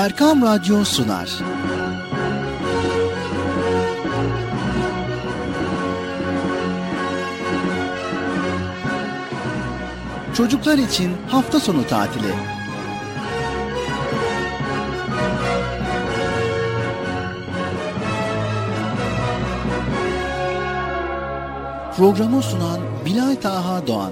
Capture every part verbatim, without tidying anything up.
Erkam Radyo sunar. Çocuklar için hafta sonu tatili. Programı sunan Bilal Taha Doğan.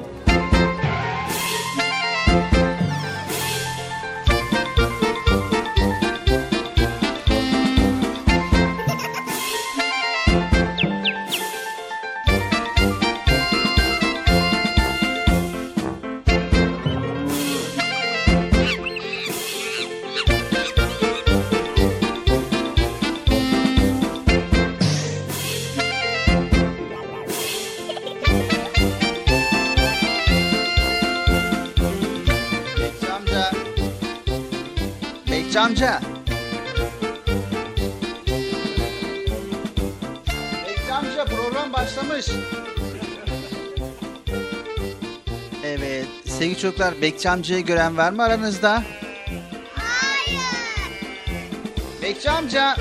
Amca. Bekçi amca, program başlamış. Evet, sevgili çocuklar, Bekçi amcayı gören var mı aranızda? Hayır. Bekçi amca.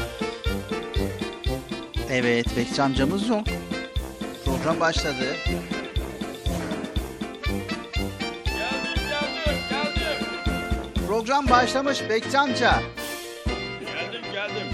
Evet, Bekçi amcamız yok. Program başladı. Program başlamış Bekçi amca. Geldim geldim.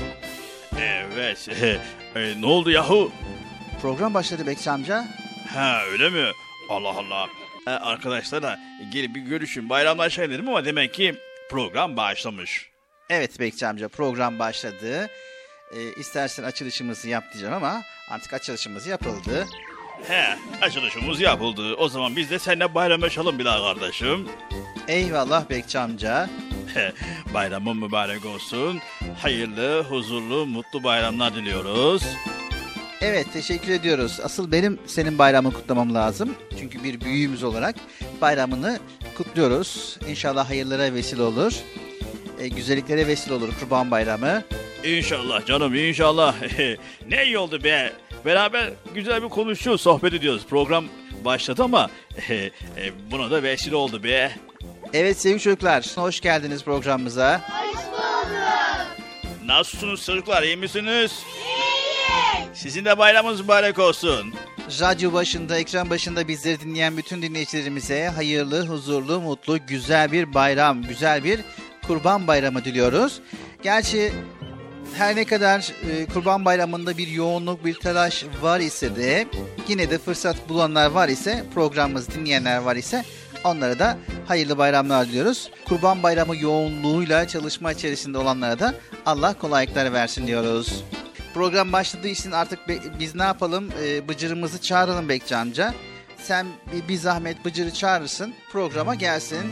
Evet. e, ne oldu yahu? Program başladı Bekçi amca. Ha öyle mi? Allah Allah. E, arkadaşlarla gelin bir görüşün. Bayramlaşalım dedim ama demek ki program başlamış. Evet Bekçi amca, program başladı. E, istersen açılışımızı yap diyeceğim ama artık açılışımız yapıldı. He, açılışımız yapıldı. O zaman biz de seninle bayramlaşalım Bilal kardeşim. Eyvallah Bekçi amca. Bayramın mübarek olsun. Hayırlı, huzurlu, mutlu bayramlar diliyoruz. Evet, teşekkür ediyoruz. Asıl benim senin bayramını kutlamam lazım. Çünkü bir büyüğümüz olarak bayramını kutluyoruz. İnşallah hayırlara vesile olur. E, güzelliklere vesile olur Kurban Bayramı. İnşallah canım, inşallah. Ne iyi oldu be. Beraber güzel bir konuşuyoruz, sohbet ediyoruz. Program başladı ama e, e, buna da vesile oldu be. Evet sevgili çocuklar, hoş geldiniz programımıza. Hoş bulduk. Nasılsınız çocuklar, iyi misiniz? İyiyiz. Sizin de bayramınız mübarek olsun. Radyo başında, ekran başında bizleri dinleyen bütün dinleyicilerimize hayırlı, huzurlu, mutlu, güzel bir bayram, güzel bir Kurban Bayramı diliyoruz. Gerçi her ne kadar e, Kurban Bayramı'nda bir yoğunluk, bir telaş var ise de yine de fırsat bulanlar var ise, programımızı dinleyenler var ise onlara da hayırlı bayramlar diliyoruz. Kurban Bayramı yoğunluğuyla çalışma içerisinde olanlara da Allah kolaylıklar versin diyoruz. Program başladığı için artık be, biz ne yapalım? E, bıcırımızı çağıralım Bekçi amca. Sen bir, bir zahmet bıcırı çağırırsın, programa gelsin.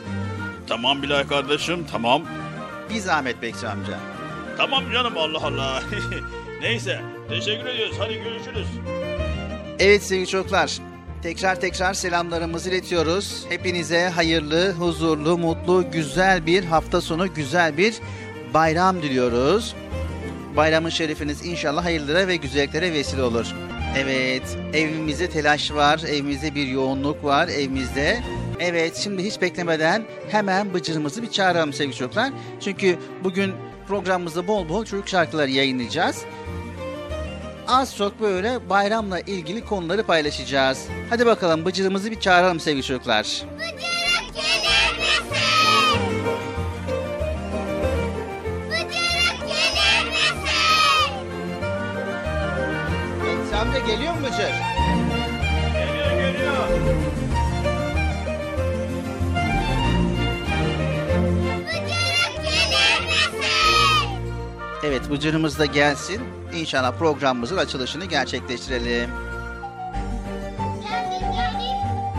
Tamam Bilal kardeşim, tamam. Bir zahmet Bekçi amca. Tamam canım, Allah Allah. Neyse, teşekkür ediyoruz. Hadi görüşürüz. Evet sevgili çocuklar, tekrar tekrar selamlarımızı iletiyoruz. Hepinize hayırlı, huzurlu, mutlu, güzel bir hafta sonu, güzel bir bayram diliyoruz. Bayramın şerifiniz inşallah hayırlara ve güzelliklere vesile olur. Evet, evimizde telaş var, evimizde bir yoğunluk var, evimizde. Evet, şimdi hiç beklemeden hemen bıcırımızı bir çağıralım sevgili çocuklar. Çünkü bugün programımızda bol bol çocuk şarkıları yayınlayacağız. Az çok böyle bayramla ilgili konuları paylaşacağız. Hadi bakalım bıcırımızı bir çağıralım sevgili çocuklar. Bıcırık gelir misin? Bıcırık gelir misin? Bekçi amca geliyor mu bıcır? Geliyor, geliyor. Bıcırık gelir misin? Evet, bıcırımız da gelsin. İnşallah programımızın açılışını gerçekleştirelim. Geldim geldim.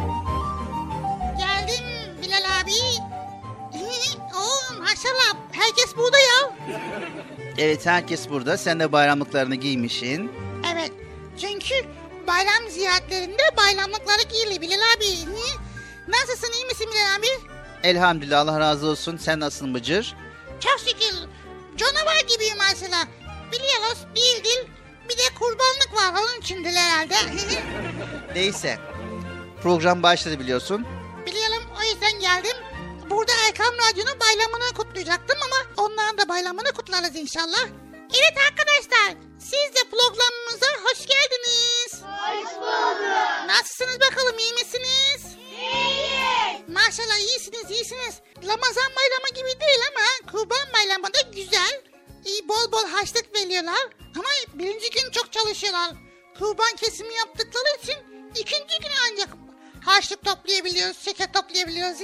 Geldim Bilal abi. Oo maşallah herkes burada ya. Evet, herkes burada. Sen de bayramlıklarını giymişsin. Evet çünkü bayram ziyaretlerinde bayramlıkları giyili Bilal abi. Nasılsın, iyi misin Bilal abi? Elhamdülillah, Allah razı olsun. Sen nasılsın bıcır? Çok şükür. Canavar gibiyim mesela. Biliyoruz bir dil bir de kurbanlık var onun içindir herhalde. Neyse. Program başladı biliyorsun. Biliyorum, o yüzden geldim. burada Erkam Radyo'nun bayramını kutlayacaktım ama onların da bayramını kutlarız inşallah. Evet arkadaşlar, siz de programımıza hoş geldiniz. Hoş bulduk. Nasılsınız bakalım, iyi misiniz? İyiyiz. Maşallah iyisiniz iyisiniz. Ramazan bayramı gibi değil ama Kurban bayramı da güzel. İyi, bol bol harçlık veriyorlar. Ama birinci gün çok çalışıyorlar. Kurban kesimi yaptıkları için ikinci gün ancak harçlık toplayabiliyoruz, şeker toplayabiliyoruz.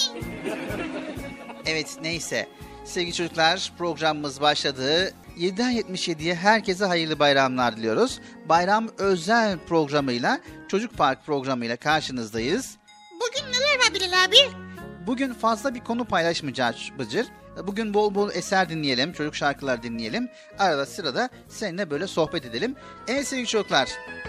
Evet, neyse. Sevgili çocuklar, programımız başladı. yediden yetmiş yediye herkese hayırlı bayramlar diliyoruz. Bayram özel programıyla, Çocuk Park programıyla karşınızdayız. Bugün neler var Bilal abi? Bugün fazla bir konu paylaşmayacağız Bıcır. Bugün bol bol eser dinleyelim, çocuk şarkılar dinleyelim. Arada sırada seninle böyle sohbet edelim. Evet sevgili çocuklar,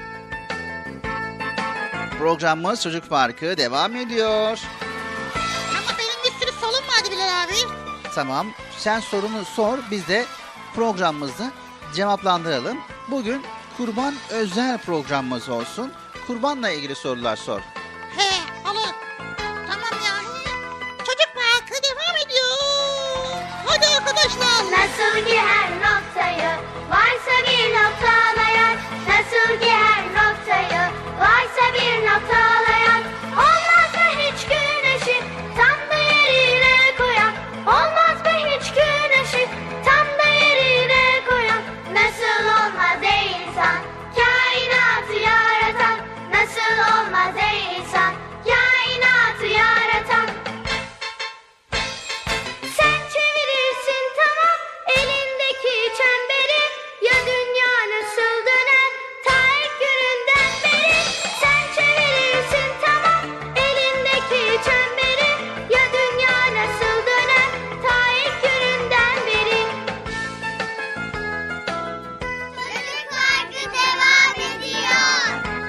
programımız Çocuk Parkı devam ediyor. Ama benim bir sürü sorum vardı Bilal abi. Tamam, sen sorunu sor, biz de programımızı cevaplandıralım. Bugün kurban özel programımız olsun. Kurbanla ilgili sorular sor. He, olur. Tamam ya. Çocuk Parkı devam ediyor. Hadi arkadaşlar. Nasıl ki her noktayı varsa bir noktalayan, nasıl ki her noktayı varsa bir noktalayan, olmaz mı hiç güneşi tam da yerine koyan, olmaz mı hiç güneşi tam da yerine koyan, nasıl olmaz ey insan kainatı yaratan, nasıl olmaz ey insan kainatı yaratan. Sen çevirirsin tamam elindeki çemberi, ya dünya nasıl döner ta ilk gününden beri. Sen çevirirsin tamam elindeki çemberi, ya dünya nasıl döner ta ilk gününden beri. Çocuk Parkı devam ediyor.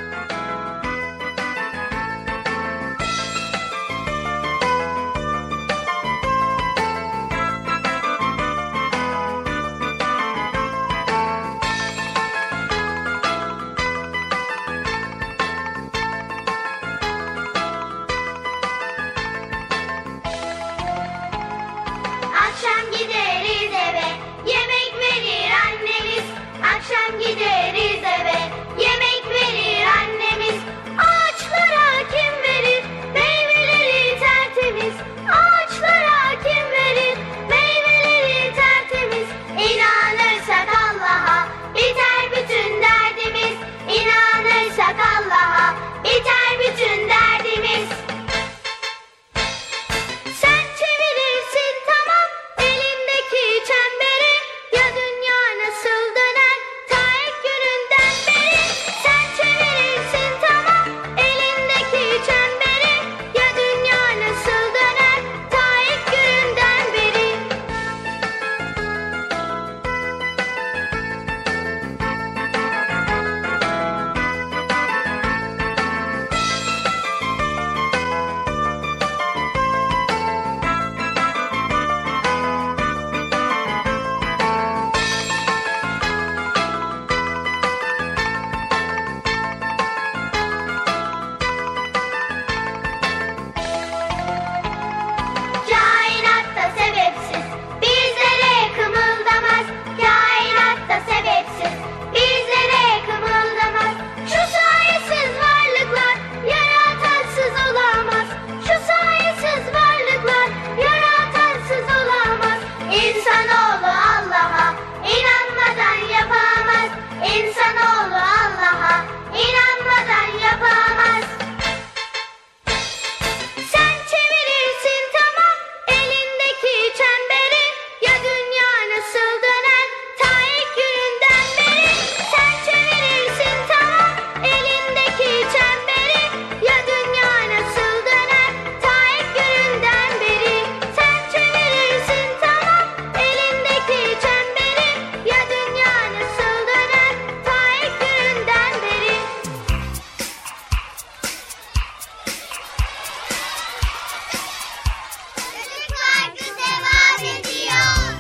Akşam gideriz eve, yemek verir annemiz. Akşam gideriz eve, yemek verir annemiz. Ağaçlara kim verir, meyveleri tertemiz. Ağaçlara kim verir, meyveleri tertemiz. İnanırsak Allah'a biter bütün derdimiz. İnanırsak Allah'a biter bütün derdimiz. Sen çevirirsin tamam elindeki çemberi, ya dünya nasıl döner ta ilk gününden beri. Sen çevirirsin tamam elindeki çemberi, ya dünya nasıl döner ta ilk gününden beri. Kainatta sebepsiz bizlere kımıldamaz. Kainatta sebepsiz bizlere kımıldamaz. Şu sayısız varlıklar yaratansız olamaz. Şu sayısız varlıklar yaratansız olamaz. İnsanoğlu Allah'a inanmadan yapamaz. İnsanoğlu Allah'a inanmadan yapamaz. Sen çevirirsin tamam elindeki çemberi, ya dünya nasıl döner ta ilk gününden beri. Sen çevirirsin tamam elindeki çemberi, ya dünya nasıl döner ta ilk gününden beri. Sen çevirirsin tamam elindeki çemberi, ya dünya nasıl döner ta ilk gününden beri. Çocuk Parkı devam ediyor.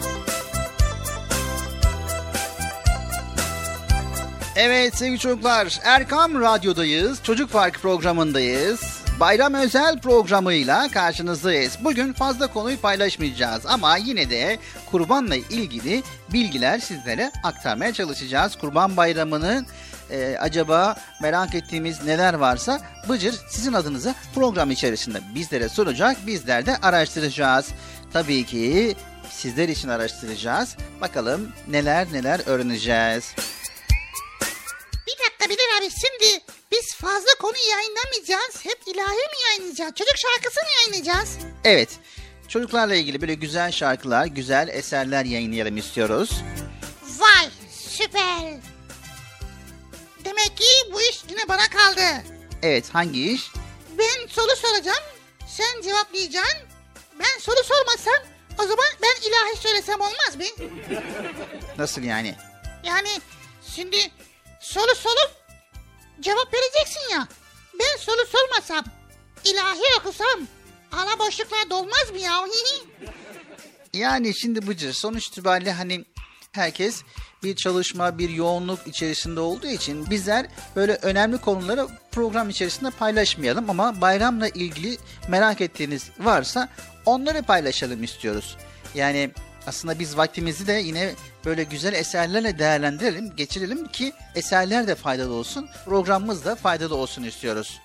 Evet sevgili çocuklar, Erkam Radyo'dayız, Çocuk Park programındayız. Bayram özel programıyla karşınızdayız. Bugün fazla konuyu paylaşmayacağız ama yine de kurbanla ilgili bilgiler sizlere aktarmaya çalışacağız. Kurban Bayramı'nın e, acaba merak ettiğimiz neler varsa Bıcır sizin adınıza program içerisinde bizlere sunacak. Bizler de araştıracağız. Tabii ki sizler için araştıracağız. Bakalım neler neler öğreneceğiz. Bir dakika Bilal abi, şimdi biz fazla konu yayınlamayacağız. Hep ilahi mi yayınlayacağız? Çocuk şarkısı mı yayınlayacağız? Evet, çocuklarla ilgili böyle güzel şarkılar, güzel eserler yayınlayalım istiyoruz. Vay süper. Demek ki bu iş yine bana kaldı. Evet, hangi iş? Ben soru soracağım, sen cevaplayacaksın. Ben soru sormasam o zaman ben ilahi söylesem olmaz mı? Nasıl yani? Yani şimdi soru sorup cevap vereceksin ya. Ben soru sormasam, ilahi okusam ara boşluklar dolmaz mı ya? Yani şimdi Bıcır, sonuç itibariyle hani herkes bir çalışma, bir yoğunluk içerisinde olduğu için bizler böyle önemli konuları program içerisinde paylaşmayalım ama bayramla ilgili merak ettiğiniz varsa onları paylaşalım istiyoruz. Yani aslında biz vaktimizi de yine böyle güzel eserlerle değerlendirelim, geçirelim ki eserler de faydalı olsun, programımız da faydalı olsun istiyoruz.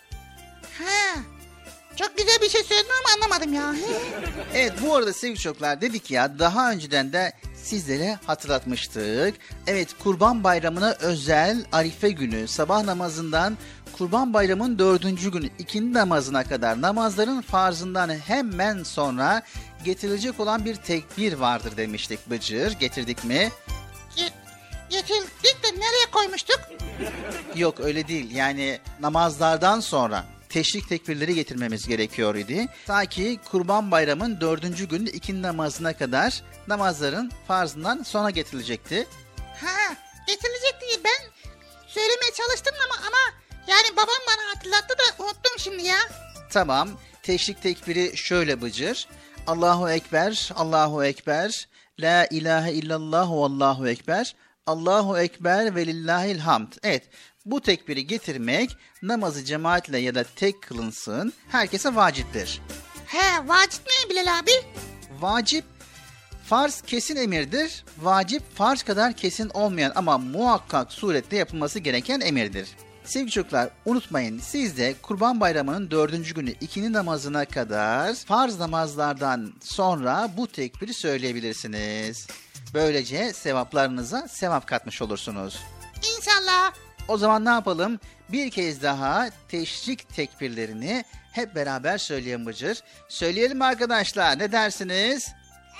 Ha, çok güzel bir şey söyledin ama anlamadım ya. Evet, bu arada sevgili çocuklar, dedik ya daha önceden de sizlere hatırlatmıştık. Evet, Kurban Bayramı'na özel Arife günü sabah namazından Kurban Bayramı'nın dördüncü günü ikindi namazına kadar namazların farzından hemen sonra getirilecek olan bir tekbir vardır demiştik Bıcır. Getirdik mi? Ge- getirdik de nereye koymuştuk? Yok, öyle değil. Yani namazlardan sonra teşrik tekbirleri getirmemiz gerekiyor idi. Ta ki Kurban Bayramı'nın dördüncü günü ikindi namazına kadar namazların farzından sonra getirilecekti. Ha, getirilecek diye ben söylemeye çalıştım ama ama yani babam bana hatırlattı da unuttum şimdi ya. Tamam. Teşrik tekbiri şöyle Bıcır. Allahu Ekber, Allahu Ekber, La ilahe illallah ve Allahu Ekber, Allahu Ekber ve lillahil hamd. Evet, bu tekbiri getirmek namazı cemaatle ya da tek kılınsın herkese vaciptir. He, vacip ne Bilal abi? Vacip, farz kesin emirdir. Vacip, farz kadar kesin olmayan ama muhakkak surette yapılması gereken emirdir. Sevgili çocuklar, unutmayın, siz de Kurban Bayramı'nın dördüncü günü ikindi namazına kadar farz namazlardan sonra bu tekbiri söyleyebilirsiniz. Böylece sevaplarınıza sevap katmış olursunuz. İnşallah. O zaman ne yapalım? Bir kez daha teşrik tekbirlerini hep beraber söyleyelim Bıcır. Söyleyelim mi arkadaşlar? Ne dersiniz?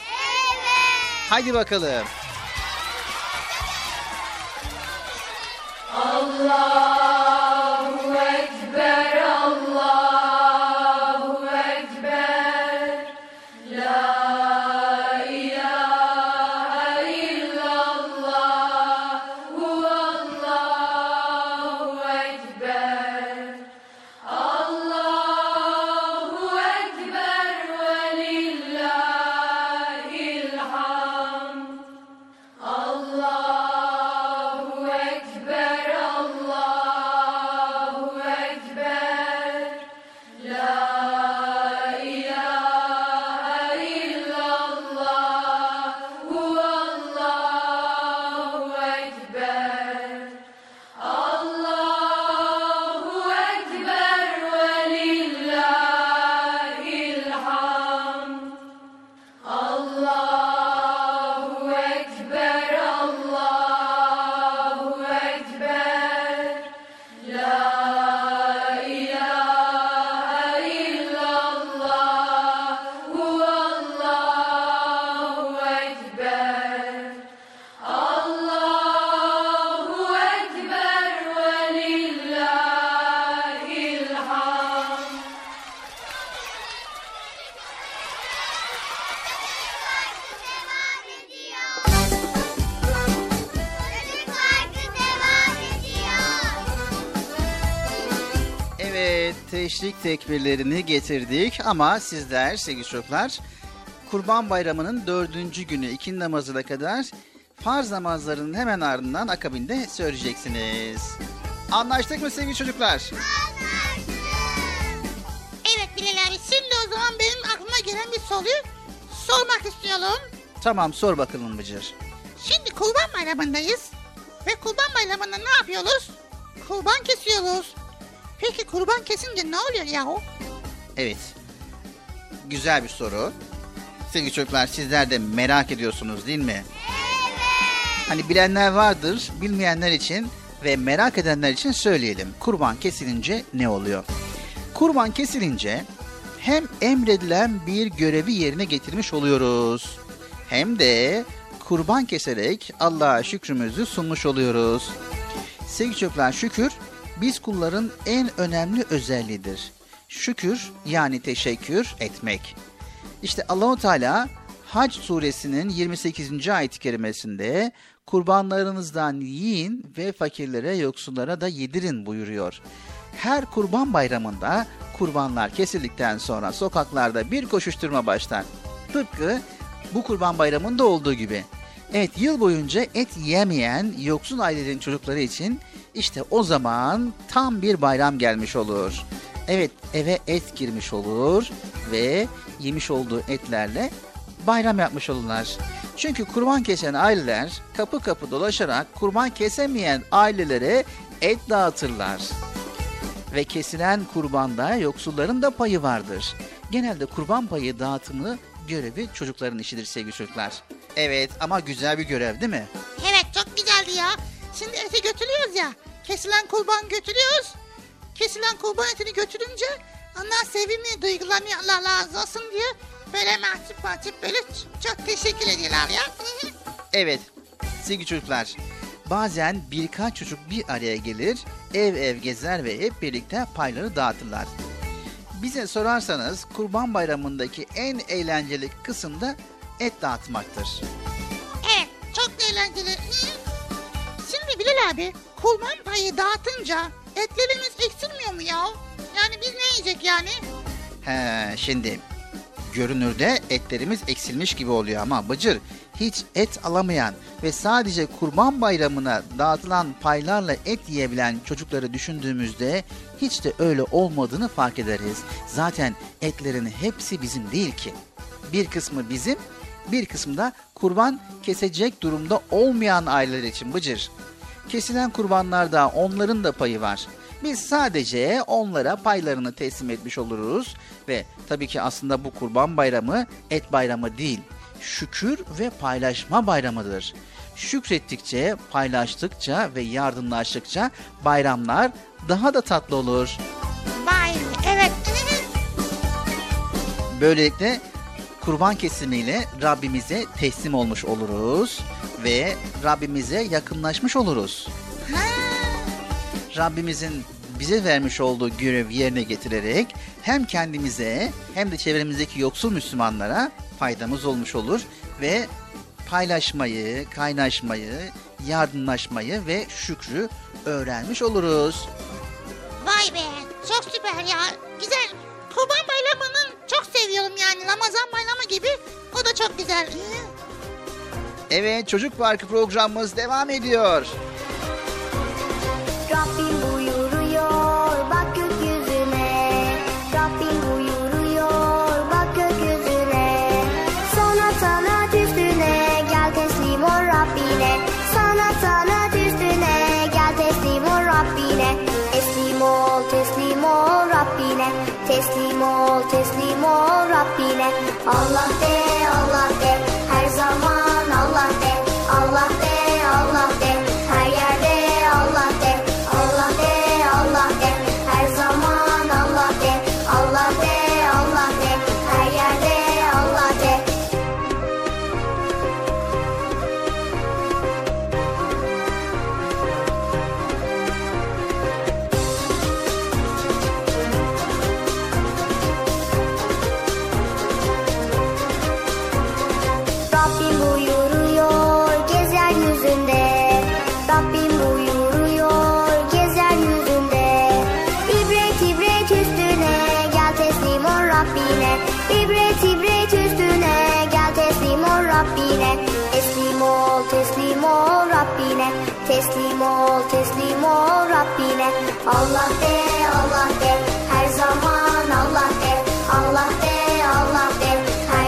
Evet. Haydi bakalım. Allahu Ekber, Allahu Ekber, La ilahe illallah, Allahu Ekber, Allahu Ekber ve lillahil hamd, Allahu Ekber, Allahu Ekber, La ilahe illallah, Allahu Ekber, Allahu Ekber ve lillahil hamd, Allahu Ekber, Allahu Ekber, La ilahe illallah, Allahu Ekber, Allahu Ekber ve lillahil hamd. Evet, teşrik tekbirlerini getirdik ama sizler sevgili çocuklar Kurban Bayramı'nın dördüncü günü ikindi namazına kadar farz namazlarının hemen ardından akabinde söyleyeceksiniz. Anlaştık mı sevgili çocuklar? Anlaştık. soruyu sormak istiyorum. Tamam, sor bakalım Bıcır. Şimdi Kurban Bayramı'ndayız. Ve Kurban Bayramı'nda ne yapıyoruz? Kurban kesiyoruz. Peki kurban kesince ne oluyor yahu? Evet. Güzel bir soru. Sevgili çocuklar, sizler de merak ediyorsunuz değil mi? Evet. Hani bilenler vardır, bilmeyenler için ve merak edenler için söyleyelim. Kurban kesilince ne oluyor? Kurban kesilince hem emredilen bir görevi yerine getirmiş oluyoruz, hem de kurban keserek Allah'a şükrümüzü sunmuş oluyoruz. Sevgili çocuklar, şükür biz kulların en önemli özelliğidir. Şükür yani teşekkür etmek. İşte Allah-u Teala Hac suresinin yirmi sekizinci ayet-i kerimesinde kurbanlarınızdan yiyin ve fakirlere, yoksullara da yedirin buyuruyor. Her kurban bayramında kurbanlar kesildikten sonra sokaklarda bir koşuşturma başlar. Tıpkı bu kurban bayramında olduğu gibi. Evet, yıl boyunca et yemeyen yoksul ailelerin çocukları için işte o zaman tam bir bayram gelmiş olur. Evet, eve et girmiş olur ve yemiş olduğu etlerle bayram yapmış olurlar. Çünkü kurban kesen aileler kapı kapı dolaşarak kurban kesemeyen ailelere et dağıtırlar. Ve kesilen kurbanda yoksulların da payı vardır. Genelde kurban payı dağıtımı görevi çocukların işidir sevgili çocuklar. Evet, ama güzel bir görev değil mi? Evet, çok güzeldi ya. Şimdi eti götürüyoruz ya. Kesilen kurban götürüyoruz. Kesilen kurban etini götürünce onlar sevimli, duygulanıyor, Allah razı olsun diye böyle mahcup mahcup böyle çok teşekkür ediyorlar ya. Evet sevgili çocuklar, bazen birkaç çocuk bir araya gelir, ev ev gezer ve hep birlikte payları dağıtırlar. Bize sorarsanız Kurban Bayramı'ndaki en eğlenceli kısım da et dağıtmaktır. Evet, çok eğlenceli. Şimdi Bilal abi, kurban payı dağıtınca etlerimiz eksilmiyor mu ya? Yani biz ne yiyecek yani? He, şimdi görünürde etlerimiz eksilmiş gibi oluyor ama Bıcır, hiç et alamayan ve sadece Kurban Bayramı'na dağıtılan paylarla et yiyebilen çocukları düşündüğümüzde hiç de öyle olmadığını fark ederiz. Zaten etlerin hepsi bizim değil ki. Bir kısmı bizim, bir kısmı da kurban kesecek durumda olmayan aileler için Bıcır. Kesilen kurbanlarda onların da payı var. Biz sadece onlara paylarını teslim etmiş oluruz ve tabii ki aslında bu Kurban Bayramı et bayramı değil, şükür ve paylaşma bayramıdır. Şükrettikçe, paylaştıkça ve yardımlaştıkça bayramlar daha da tatlı olur. Vay, evet. Böylelikle kurban kesimiyle Rabbimize teslim olmuş oluruz ve Rabbimize yakınlaşmış oluruz. Rabbimizin bize vermiş olduğu görevi yerine getirerek hem kendimize hem de çevremizdeki yoksul Müslümanlara faydamız olmuş olur ve paylaşmayı, kaynaşmayı, yardımlaşmayı ve şükrü öğrenmiş oluruz. Vay be, çok süper ya. Güzel. Kurban Bayramı'nı çok seviyorum yani. Ramazan Bayramı gibi. O da çok güzel. Evet, Çocuk Parkı programımız devam ediyor. Rabbim buyuruyor bak gökyüzüne, Rabbim buyuruyor bak gökyüzüne. Sana sanat üstüne gel teslim ol Rabbine, sana sanat üstüne gel teslim ol Rabbine. Teslim ol teslim ol Rabbine, teslim ol teslim ol Rabbine. Allah de Allah de her zaman Allah de, Allah de Allah de her yerde Allah de. Allah de, Allah de, her zaman Allah de, Allah de, Allah de, her yerde Allah de. Rabbim buyuruyor gez yeryüzünde, Rabbim buyuruyor gez yeryüzünde. İbret ibret üstüne gel teslim ol Rabbine, İbret ibret üstüne gel teslim ol Rabbine. Teslim ol teslim ol Rabbine, teslim ol teslim ol Rabbine. Allah de Allah de her zaman Allah de, Allah de Allah de her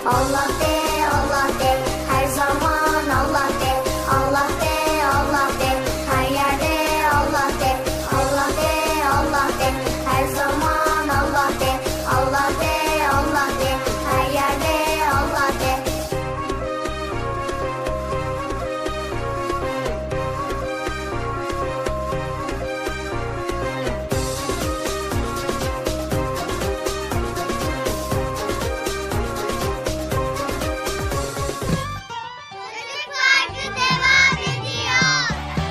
Allah de, Allah de, her zaman Allah de. Allah de, Allah de, her yerde Allah de. Allah de, Allah de, her zaman Allah de. Allah de, Allah de, her yerde Allah de. Çocuk Parkı devam ediyor.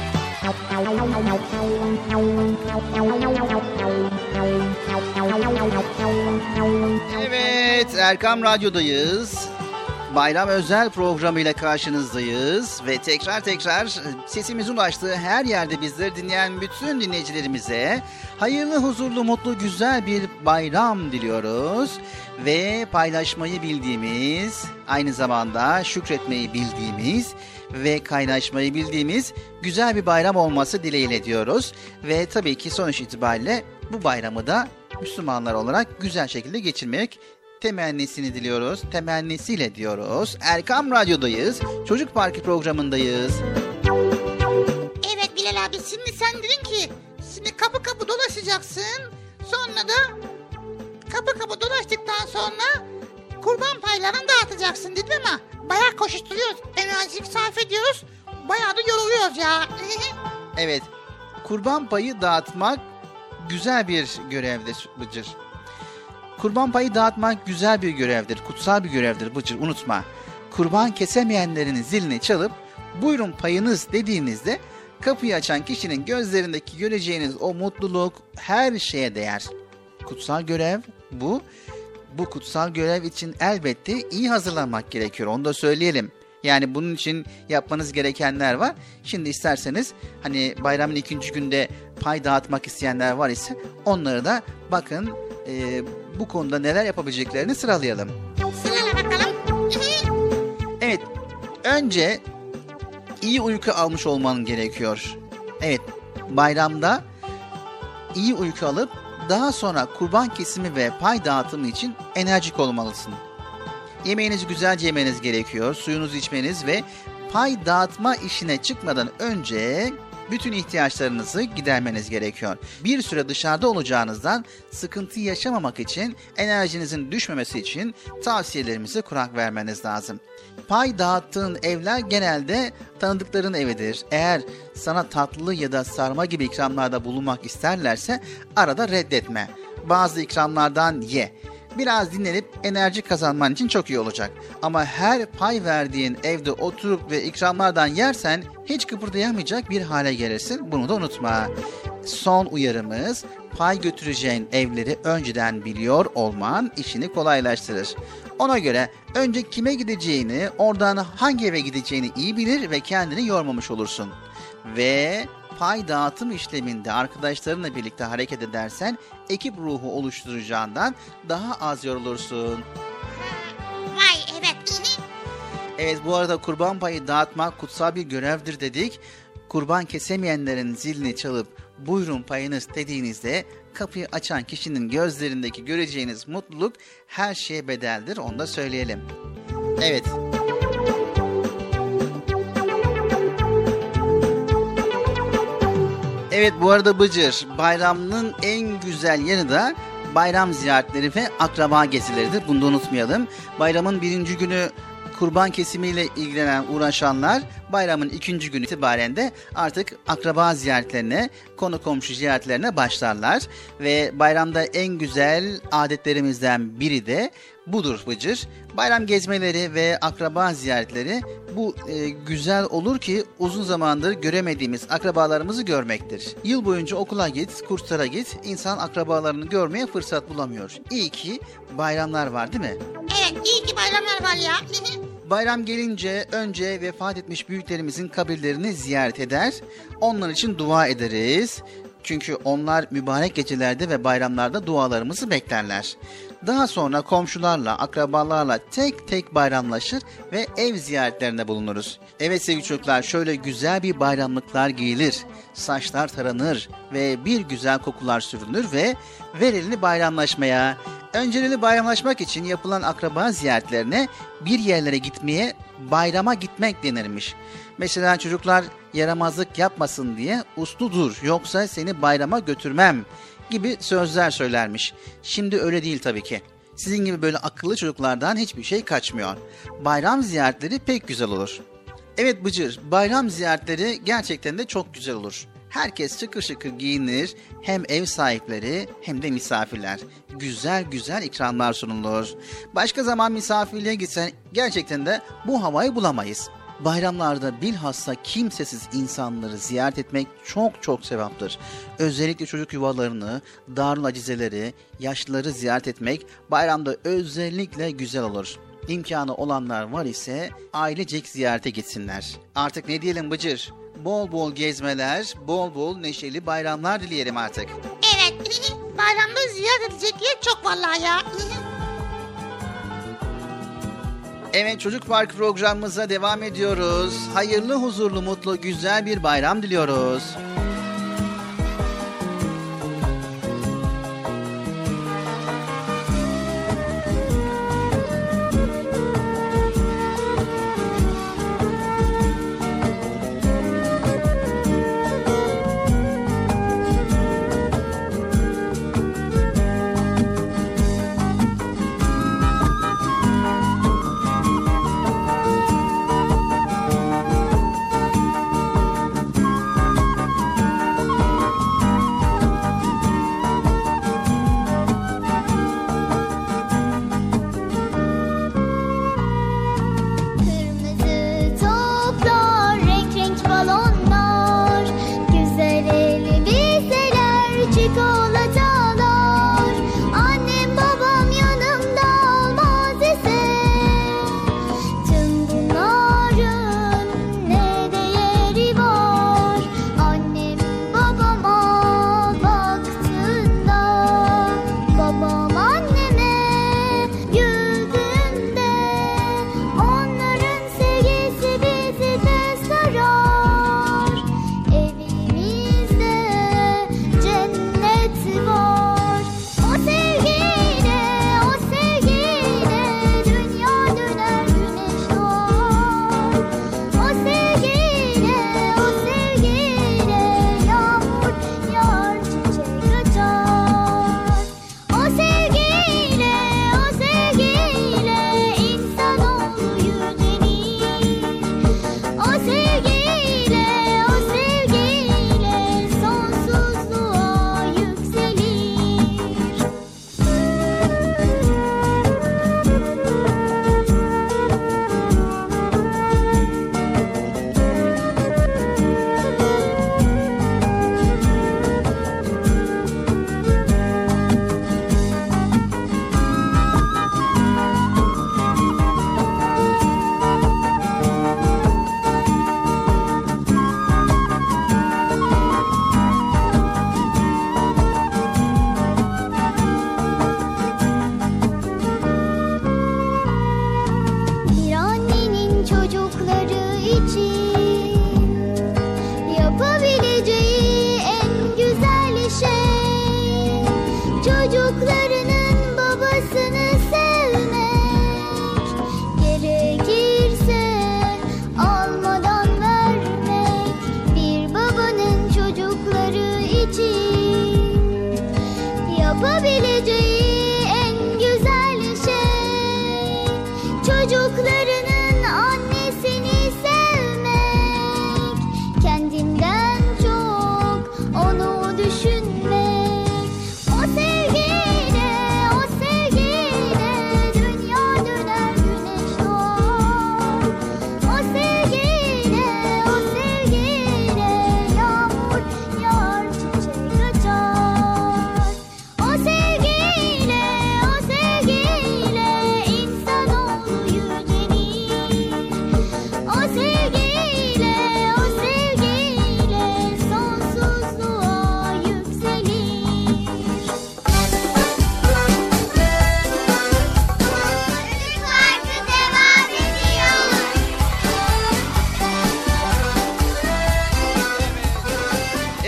Evet, Erkam Radyo'dayız. Bayram özel programıyla karşınızdayız ve tekrar tekrar sesimizin ulaştığı her yerde bizleri dinleyen bütün dinleyicilerimize hayırlı, huzurlu, mutlu, güzel bir bayram diliyoruz. Ve paylaşmayı bildiğimiz, aynı zamanda şükretmeyi bildiğimiz ve kaynaşmayı bildiğimiz güzel bir bayram olması dileğiyle diyoruz. Ve tabii ki sonuç itibariyle bu bayramı da Müslümanlar olarak güzel şekilde geçirmek temennisini diliyoruz. Temennisiyle diyoruz. Erkam Radyo'dayız. Çocuk Parkı programındayız. Evet Bilal abi, şimdi sen dedin ki şimdi kapı kapı dolaşacaksın. Sonra da kapı kapı dolaştıktan sonra kurban paylarını dağıtacaksın dedin ama bayağı koşuşturuyoruz. Enerji sarf ediyoruz. Bayağı da yoruluyoruz ya. Evet, kurban payı dağıtmak güzel bir görevdir Bıcır. Kurban payı dağıtmak güzel bir görevdir, kutsal bir görevdir Bıcır, unutma. Kurban kesemeyenlerin zilini çalıp buyurun payınız dediğinizde kapıyı açan kişinin gözlerindeki göreceğiniz o mutluluk her şeye değer. Kutsal görev bu. Bu kutsal görev için elbette iyi hazırlanmak gerekiyor, onu da söyleyelim. Yani bunun için yapmanız gerekenler var. Şimdi isterseniz hani bayramın ikinci günde pay dağıtmak isteyenler var ise onları da bakın e, bu konuda neler yapabileceklerini sıralayalım. Sırala bakalım. Evet, önce iyi uyku almış olman gerekiyor. Evet, bayramda iyi uyku alıp daha sonra kurban kesimi ve pay dağıtımı için enerjik olmalısın. Yemeğinizi güzelce yemeniz gerekiyor, suyunuzu içmeniz ve pay dağıtma işine çıkmadan önce bütün ihtiyaçlarınızı gidermeniz gerekiyor. Bir süre dışarıda olacağınızdan sıkıntı yaşamamak için, enerjinizin düşmemesi için tavsiyelerimizi kulak vermeniz lazım. Pay dağıttığın evler genelde tanıdıkların evidir. Eğer sana tatlı ya da sarma gibi ikramlarda bulunmak isterlerse arada reddetme. Bazı ikramlardan ye. Biraz dinlenip enerji kazanman için çok iyi olacak. Ama her pay verdiğin evde oturup ve ikramlardan yersen hiç kıpırdayamayacak bir hale gelirsin. Bunu da unutma. Son uyarımız, pay götüreceğin evleri önceden biliyor olman işini kolaylaştırır. Ona göre önce kime gideceğini, oradan hangi eve gideceğini iyi bilir ve kendini yormamış olursun. Ve pay dağıtım işleminde arkadaşlarınla birlikte hareket edersen ekip ruhu oluşturacağından daha az yorulursun. Vay evet. Evet, bu arada kurban payı dağıtmak kutsal bir görevdir dedik. Kurban kesemeyenlerin zilini çalıp buyurun payınız dediğinizde kapıyı açan kişinin gözlerindeki göreceğiniz mutluluk her şeye bedeldir, onu da söyleyelim. Evet. Evet, bu arada Bıcır, bayramın en güzel yanı da bayram ziyaretleri ve akraba gezileridir. Bunu da unutmayalım. Bayramın birinci günü kurban kesimiyle ilgilenen, uğraşanlar bayramın ikinci günü itibaren de artık akraba ziyaretlerine, konu komşu ziyaretlerine başlarlar. Ve bayramda en güzel adetlerimizden biri de budur Bıcır. Bayram gezmeleri ve akraba ziyaretleri bu e, güzel olur ki uzun zamandır göremediğimiz akrabalarımızı görmektir. Yıl boyunca okula git, kurslara git, insan akrabalarını görmeye fırsat bulamıyor. İyi ki bayramlar var değil mi? Evet, iyi ki bayramlar var ya. Bayram gelince önce vefat etmiş büyüklerimizin kabirlerini ziyaret eder. Onlar için dua ederiz. Çünkü onlar mübarek gecelerde ve bayramlarda dualarımızı beklerler. Daha sonra komşularla, akrabalarla tek tek bayramlaşır ve ev ziyaretlerinde bulunuruz. Evet sevgili çocuklar, şöyle güzel bir bayramlıklar giyilir, saçlar taranır ve bir güzel kokular sürünür ve verilini bayramlaşmaya. Önceleri bayramlaşmak için yapılan akraba ziyaretlerine bir yerlere gitmeye bayrama gitmek denirmiş. Mesela çocuklar yaramazlık yapmasın diye uslu dur yoksa seni bayrama götürmem gibi sözler söylermiş. Şimdi öyle değil tabii ki. Sizin gibi böyle akıllı çocuklardan hiçbir şey kaçmıyor. Bayram ziyaretleri pek güzel olur. Evet Bıcır, bayram ziyaretleri gerçekten de çok güzel olur. Herkes şıkır şıkır giyinir, hem ev sahipleri hem de misafirler. Güzel güzel ikramlar sunulur. Başka zaman misafirliğe gitsen gerçekten de bu havayı bulamayız. Bayramlarda bilhassa kimsesiz insanları ziyaret etmek çok çok sevaptır. Özellikle çocuk yuvalarını, darul acizeleri, yaşlıları ziyaret etmek bayramda özellikle güzel olur. İmkanı olanlar var ise ailecek ziyarete gitsinler. Artık ne diyelim Bıcır? Bol bol gezmeler, bol bol neşeli bayramlar dileyelim artık. Evet. Bayramda ziyaret edecek yer çok vallahi ya. Evet, Çocuk Park programımıza devam ediyoruz. Hayırlı, huzurlu, mutlu, güzel bir bayram diliyoruz.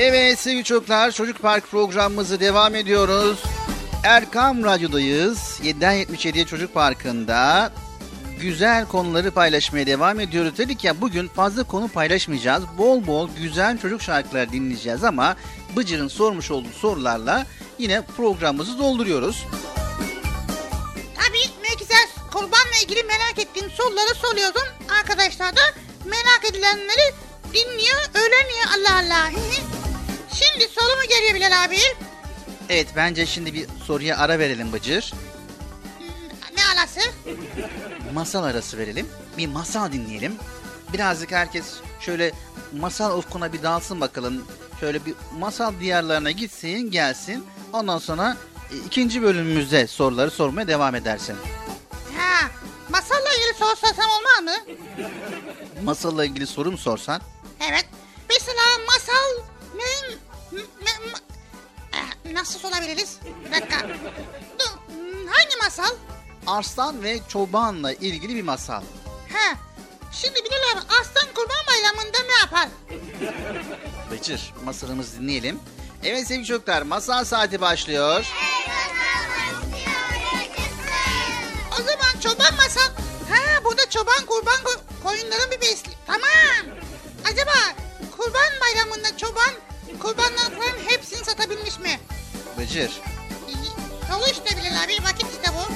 Evet sevgili çocuklar, Çocuk Park programımızı devam ediyoruz. Erkam Radyo'dayız. yediden yetmiş yediye Çocuk Parkı'nda güzel konuları paylaşmaya devam ediyoruz. Dedik ya, bugün fazla konu paylaşmayacağız. Bol bol güzel çocuk şarkıları dinleyeceğiz ama Bıcır'ın sormuş olduğu sorularla yine programımızı dolduruyoruz. Tabii ne güzel, kurbanla ilgili merak ettiğim soruları soruyorum. Arkadaşlar da merak edilenleri dinliyor, öğreniyor. Allah Allah. Şimdi soru mu geliyor Bilal abi? Evet, bence şimdi bir soruya ara verelim Bıcır. Ne alası? Masal arası verelim. Bir masal dinleyelim. Birazcık herkes şöyle masal ufkuna bir dalsın bakalım. Şöyle bir masal diyarlarına gitsin, gelsin. Ondan sonra e, ikinci bölümümüzde soruları sormaya devam edersin. Ha, masalla ilgili soru sorsam olmaz mı? Masalla ilgili soru mu sorsan? Evet. Mesela masal ne, me, me, eh, nasıl sorabiliriz? Bir dakika. Dur, hangi masal? Arslan ve çobanla ilgili bir masal. Ha. Şimdi Bilal abi, Aslan Kurban Bayramı'nda ne yapar? Bıcır, masalımızı dinleyelim. Evet sevgili çocuklar, masal saati başlıyor. O zaman çoban masal. Ha, burada çoban kurban ko- koyunların bir besli. Tamam. Acaba Kurban Bayramı'nda çoban kurbanların hepsini satabilmiş mi? Bıcır. Yolu işte Bilal abi, vakit işte bu.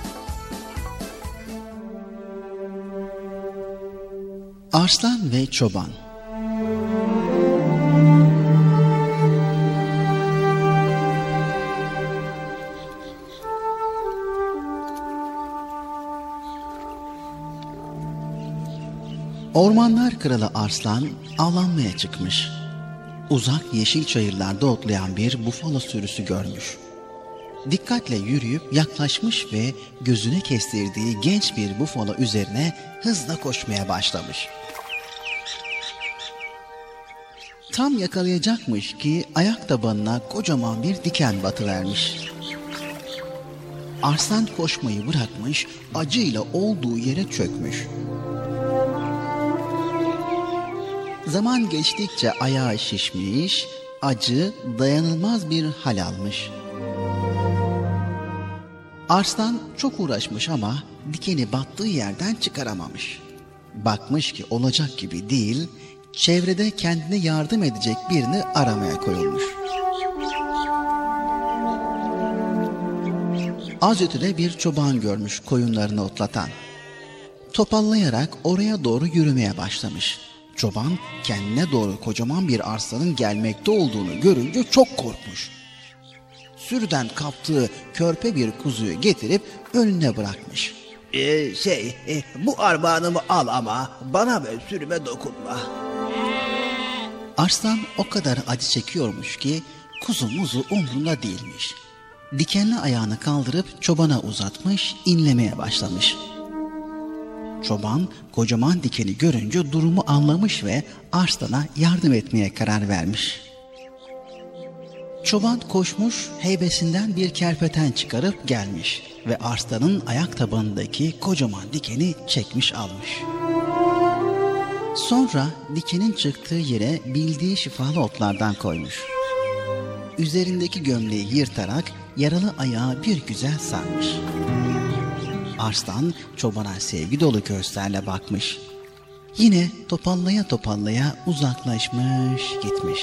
Arslan ve Çoban. Ormanlar kralı Arslan avlanmaya çıkmış. Uzak yeşil çayırlarda otlayan bir bufalo sürüsü görmüş. Dikkatle yürüyüp yaklaşmış ve gözüne kestirdiği genç bir bufalo üzerine hızla koşmaya başlamış. Tam yakalayacakmış ki ayak tabanına kocaman bir diken batıvermiş. Arslan koşmayı bırakmış, acıyla olduğu yere çökmüş. Zaman geçtikçe ayağı şişmiş, acı dayanılmaz bir hal almış. Arslan çok uğraşmış ama dikeni battığı yerden çıkaramamış. Bakmış ki olacak gibi değil, çevrede kendine yardım edecek birini aramaya koyulmuş. Az ötede bir çoban görmüş koyunlarını otlatan. Topallayarak oraya doğru yürümeye başlamış. Çoban kendine doğru kocaman bir arslanın gelmekte olduğunu görünce çok korkmuş. Sürüden kaptığı körpe bir kuzuyu getirip önüne bırakmış. Ee, şey, e, bu armağanımı al ama bana ve sürüme dokunma. Arslan o kadar acı çekiyormuş ki kuzu muzu umrunda değilmiş. Dikenli ayağını kaldırıp çobana uzatmış, inlemeye başlamış. Çoban kocaman dikeni görünce durumu anlamış ve Arslan'a yardım etmeye karar vermiş. Çoban koşmuş, heybesinden bir kerpeten çıkarıp gelmiş ve Arslan'ın ayak tabanındaki kocaman dikeni çekmiş almış. Sonra dikenin çıktığı yere bildiği şifalı otlardan koymuş. Üzerindeki gömleği yırtarak yaralı ayağı bir güzel sarmış. Arslan çobana sevgi dolu gözlerle bakmış. Yine topallaya topallaya uzaklaşmış gitmiş.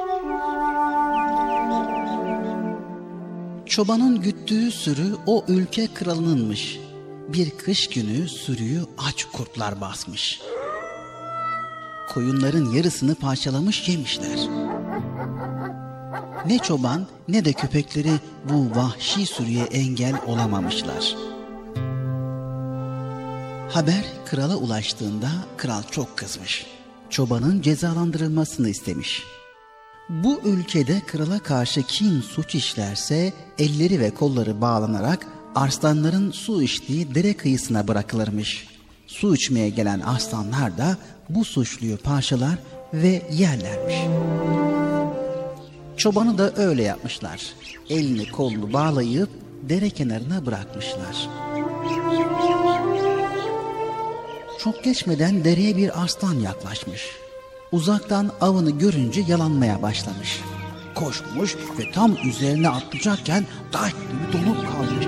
Çobanın güttüğü sürü o ülke kralınınmış. Bir kış günü sürüyü aç kurtlar basmış. Koyunların yarısını parçalamış yemişler. Ne çoban ne de köpekleri bu vahşi sürüye engel olamamışlar. Haber krala ulaştığında kral çok kızmış. Çobanın cezalandırılmasını istemiş. Bu ülkede krala karşı kim suç işlerse elleri ve kolları bağlanarak arslanların su içtiği dere kıyısına bırakılırmış. Su içmeye gelen arslanlar da bu suçluyu parçalar ve yerlermiş. Çobanı da öyle yapmışlar. Elini kolunu bağlayıp dere kenarına bırakmışlar. Çok geçmeden dereye bir arslan yaklaşmış. Uzaktan avını görünce yalanmaya başlamış. Koşmuş ve tam üzerine atlayacakken taş gibi donup kalmış.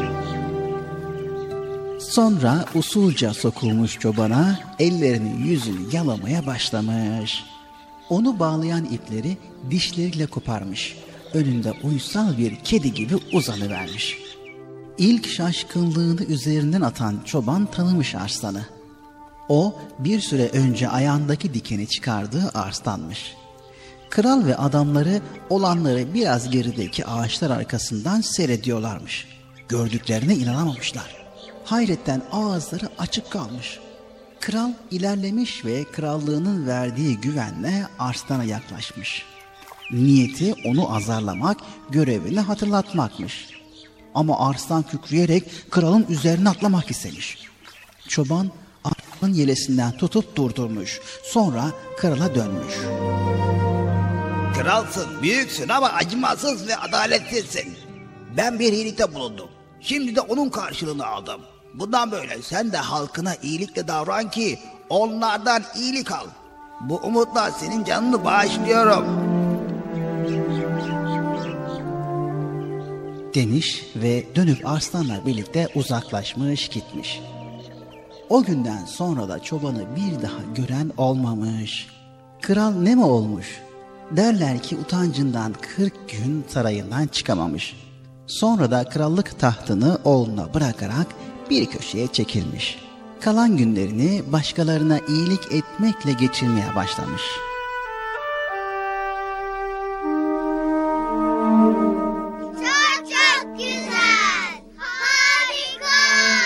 Sonra usulca sokulmuş çobana, ellerini yüzünü yalamaya başlamış. Onu bağlayan ipleri dişleriyle koparmış. Önünde uysal bir kedi gibi uzanıvermiş. İlk şaşkınlığını üzerinden atan çoban tanımış Arslan'ı. O bir süre önce ayağındaki dikeni çıkardığı Arslan'mış. Kral ve adamları olanları biraz gerideki ağaçlar arkasından seyrediyorlarmış. Gördüklerine inanamamışlar. Hayretten ağızları açık kalmış. Kral ilerlemiş ve krallığının verdiği güvenle Arslan'a yaklaşmış. Niyeti onu azarlamak, görevini hatırlatmakmış. Ama Arslan kükreyerek kralın üzerine atlamak istemiş. Çoban Arslan'ın yelesinden tutup durdurmuş. Sonra krala dönmüş. Kralsın, büyüksün ama acımasız ve adaletsizsin. Ben bir iyilikte bulundum. Şimdi de onun karşılığını aldım. Bundan böyle sen de halkına iyilikle davran ki onlardan iyilik al. Bu umutla senin canını bağışlıyorum. Demiş ve dönüp Arslan'la birlikte uzaklaşmış gitmiş. O günden sonra da çobanı bir daha gören olmamış. Kral ne mi olmuş? Derler ki utancından kırk gün sarayından çıkamamış. Sonra da krallık tahtını oğluna bırakarak bir köşeye çekilmiş. Kalan günlerini başkalarına iyilik etmekle geçirmeye başlamış. Çok çok güzel. Harika.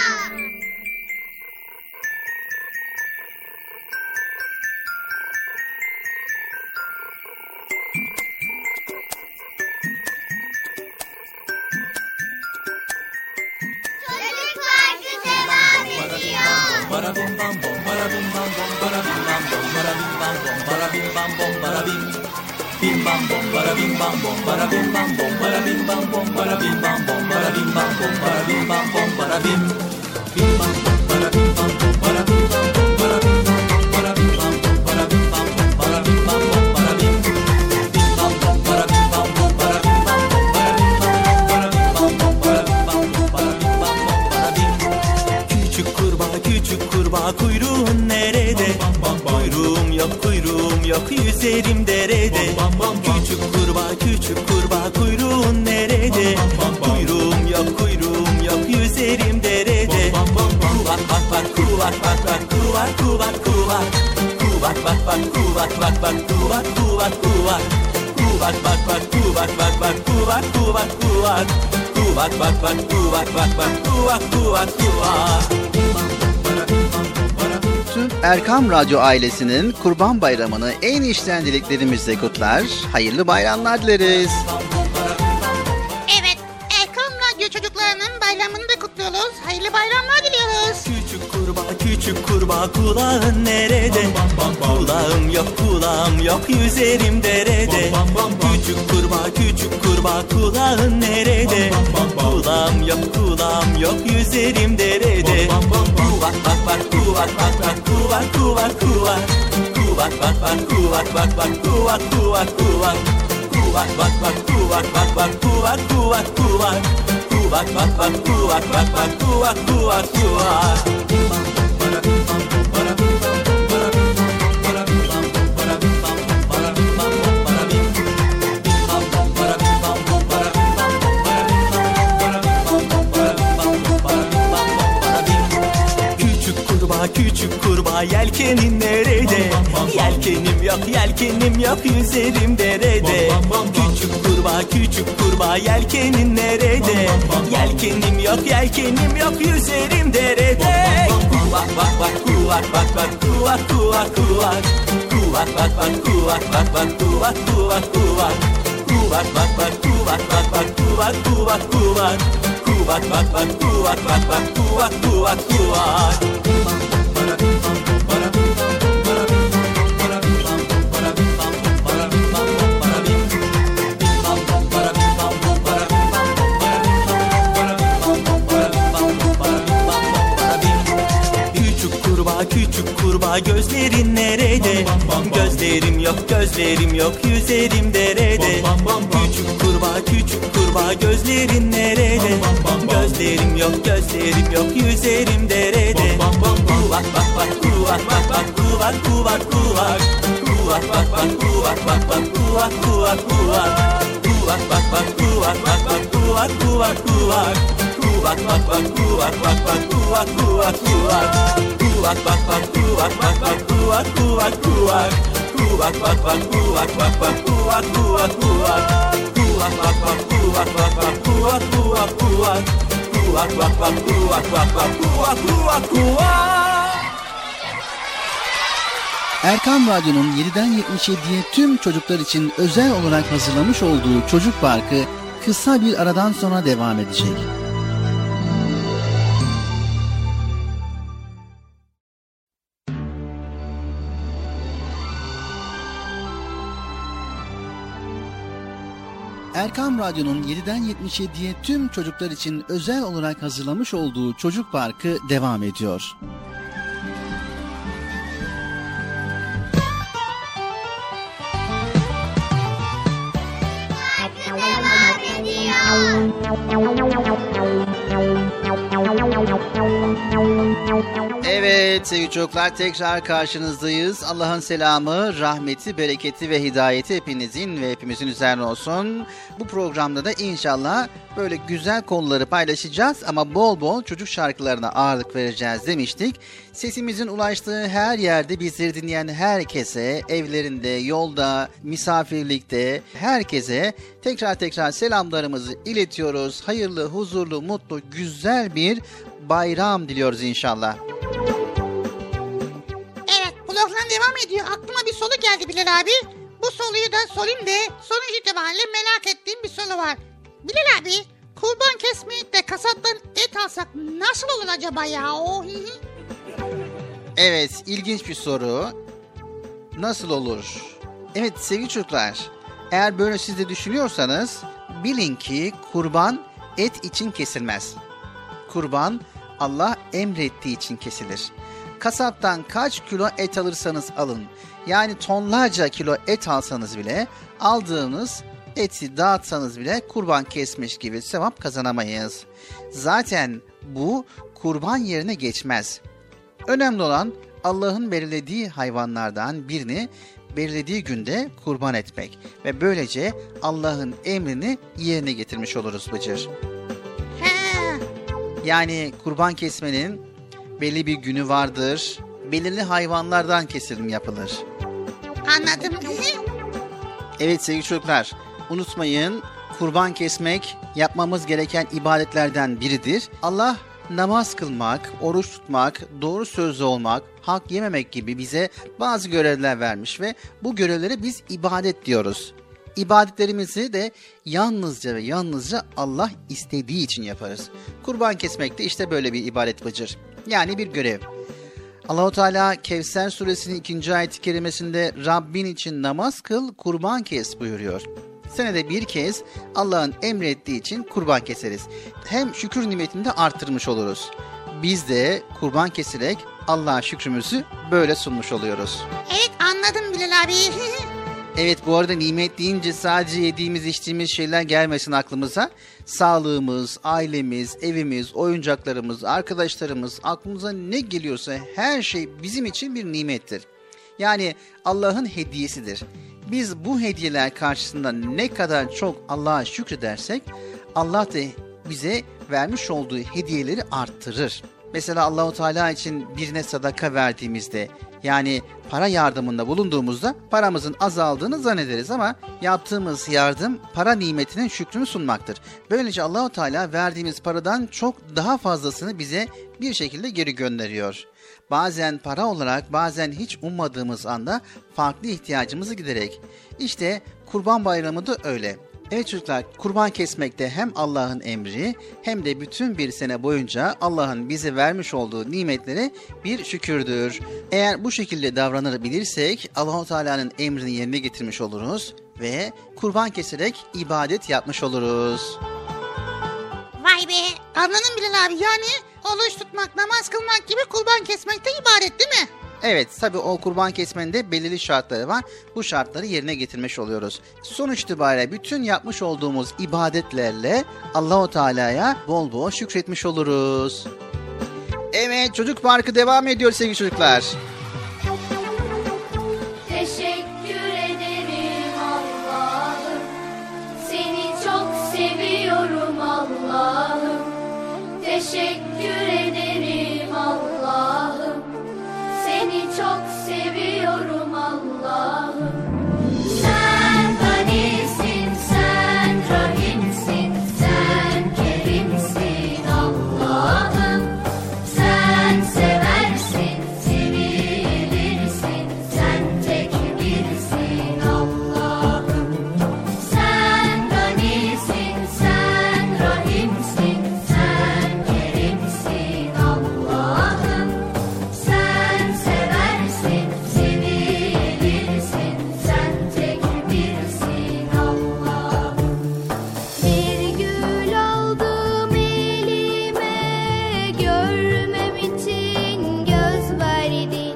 Çocuk Parkı devam ediyor. Küçük kurbağa küçük kurbağa kuyruğun nerede? Kuyruğum yok kuyruğum yok yüzerim derede. Küçük kurbağa küçük kurbağa kuyruğun nerede? Kuyruğum yok kuyruğum yok yüzerim derede. Kuvak bak bak kuvak bak bak kuvak kuvak kuvak. Kuvak bak bak kuvak bak bak kuvak kuvak kuvak. Kuvak bak bak kuvak bak bak kuvak kuvak kuvak. Kuvak bak bak kuvak bak bak kuvak kuvak kuvak. Tüm Erkam Radyo ailesinin Kurban Bayramı'nı en içten dileklerimizle kutlar. Hayırlı bayramlar dileriz. Evet, Erkam Radyo çocuklarının bayramını da kutluyoruz. Hayırlı bayramlar diliyoruz. Küçük kurbağa küçük kurbağa kulağın nerede? Kulağım yok kulağım yok yüzerim derede. Küçük kurbağa küçük kurbağa kulağın nerede? Kulağım yok kulağım yok yüzerim derede. Kuvak bak bak kuvak bak bak kuvak kuvak kuvak. Kuvak bak bak kuvak bak bak kuvak kuvak kuvak. Kuvak bak bak kuvak bak bak kuvak kuvak kuvak. Kuvak bak bak kuvak bak bak kuvak kuvak kuvak. Küçük kurbağa küçük kurbağa yelkenin nerede? Yelkenim yok yelkenim yok yüzerim derede. Küçük kurbağa küçük kurbağa yelkenin nerede? Yelkenim yok yelkenim yok yüzerim derede. Kuvak bak bak kuvak bak bak kuvak kuvak kuvak. Kuvak bak bak kuvak bak bak kuvak kuvak kuvak. Kuvak bak bak kuvak bak bak kuvak kuvak kuvak. Kuvak bak bak kuvak bak bak kuvak kuvak kuvak. Küçük kurbağa gözlerin ne? nerede? Gözlerim yok, gözlerim yok, yüzerim derede. Küçük kurbağa, küçük kurbağa, gözlerin nerede? Gözlerim yok, gözlerim yok, yüzerim derede. Kuvak bak bak, kuvak bak bak, kuvak kuvak kuvak. Kuvak bak bak, kuvak bak bak, kuvak kuvak kuvak. Kuvak bak bak, kuvak bak bak, kuvak kuvak kuvak. Kuvak bak bak, kuvak bak bak, kuvak kuvak kuvak. Kuvak bak bak, kuvak bak bak, kuvak kuvak kuvak. Kuvak bak bak, kuvak bak bak, kuvak kuvak kuvak. Kuvak bak bak, kuvak bak bak, kuvak kuvak kuvak. Kuvak bak bak, kuvak bak bak, kuvak kuvak kuvak. Erkam Radyo'nun yediden yetmiş yediye tüm çocuklar için özel olarak hazırlamış olduğu Çocuk Parkı kısa bir aradan sonra devam edecek. Erkam Radyo'nun yediden yetmiş yediye tüm çocuklar için özel olarak hazırlamış olduğu Çocuk Parkı devam ediyor. Evet sevgili çocuklar, tekrar karşınızdayız. Allah'ın selamı, rahmeti, bereketi ve hidayeti hepinizin ve hepimizin üzerine olsun. Bu programda da inşallah böyle güzel konuları paylaşacağız ama bol bol çocuk şarkılarına ağırlık vereceğiz demiştik. Sesimizin ulaştığı her yerde bizleri dinleyen herkese, evlerinde, yolda, misafirlikte herkese tekrar tekrar selamlarımızı iletiyoruz. Hayırlı, huzurlu, mutlu, güzel bir bayram diliyoruz inşallah. Evet, program devam ediyor. Aklıma bir soru geldi Bilal abi. Bu soruyu da sorayım da sonuç itibariyle merak ettiğim bir soru var. Bilal abi, kurban kesmeyip de kasaptan et alsak nasıl olur acaba ya? O Evet, ilginç bir soru. Nasıl olur? Evet sevgili çocuklar, eğer böyle siz de düşünüyorsanız bilin ki kurban et için kesilmez. Kurban Allah emrettiği için kesilir. Kasaptan kaç kilo et alırsanız alın, yani tonlarca kilo et alsanız bile, aldığınız eti dağıtsanız bile kurban kesmiş gibi sevap kazanamayız. Zaten bu kurban yerine geçmez. Önemli olan Allah'ın belirlediği hayvanlardan birini belirlediği günde kurban etmek ve böylece Allah'ın emrini yerine getirmiş oluruz Bıcır. Yani kurban kesmenin belli bir günü vardır. Belirli hayvanlardan kesim yapılır. Anladım. Evet sevgili çocuklar, unutmayın, kurban kesmek yapmamız gereken ibadetlerden biridir. Allah namaz kılmak, oruç tutmak, doğru sözlü olmak, hak yememek gibi bize bazı görevler vermiş ve bu görevlere biz ibadet diyoruz. İbadetlerimizi de yalnızca ve yalnızca Allah istediği için yaparız. Kurban kesmek de işte böyle bir ibadet Bıcır. Yani bir görev. Allah-u Teala Kevser suresinin ikinci ayet-i kerimesinde Rabbin için namaz kıl, kurban kes buyuruyor. Senede bir kez Allah'ın emrettiği için kurban keseriz. Hem şükür nimetini de artırmış oluruz. Biz de kurban keserek Allah'a şükrümüzü böyle sunmuş oluyoruz. Evet anladım Bilal abi. Evet, bu arada nimet deyince sadece yediğimiz içtiğimiz şeyler gelmesin aklımıza. Sağlığımız, ailemiz, evimiz, oyuncaklarımız, arkadaşlarımız, aklımıza ne geliyorsa her şey bizim için bir nimettir. Yani Allah'ın hediyesidir. Biz bu hediyeler karşısında ne kadar çok Allah'a şükredersek Allah da bize vermiş olduğu hediyeleri arttırır. Mesela Allah-u Teala için birine sadaka verdiğimizde, yani para yardımında bulunduğumuzda paramızın azaldığını zannederiz ama yaptığımız yardım para nimetinin şükrünü sunmaktır. Böylece Allah-u Teala verdiğimiz paradan çok daha fazlasını bize bir şekilde geri gönderiyor. Bazen para olarak, bazen hiç ummadığımız anda farklı ihtiyacımızı giderek. İşte Kurban Bayramı da öyle. Evet çocuklar, kurban kesmek de hem Allah'ın emri hem de bütün bir sene boyunca Allah'ın bize vermiş olduğu nimetlere bir şükürdür. Eğer bu şekilde davranabilirsek Allah-u Teala'nın emrini yerine getirmiş oluruz ve kurban keserek ibadet yapmış oluruz. Vay be, anladım Bilal abi. Yani oruç tutmak, namaz kılmak gibi kurban kesmek de ibadet değil mi? Evet, tabii o kurban kesmenin de belirli şartları var. Bu şartları yerine getirmiş oluyoruz. Sonuç itibariyle bütün yapmış olduğumuz ibadetlerle Allahu Teala'ya bol bol şükretmiş oluruz. Evet, Çocuk Parkı devam ediyor sevgili çocuklar. Teşekkür ederim Allah'ım. Seni çok seviyorum Allah'ım. Teşekkür ederim Allah'ım. Seni çok seviyorum Allah'ım. Sen ganisin, sen rahimsin, sen kerimsin Allah'ım. Sen seversin, sevilirsin, sen tek birsin Allah'ım. Sen ganisin, sen rahimsin, sen kerimsin Allah'ım. Sen seversin, sevilirsin, sen tek birsin Allah'ım. Bir gül aldım elime, görmem için göz verdin.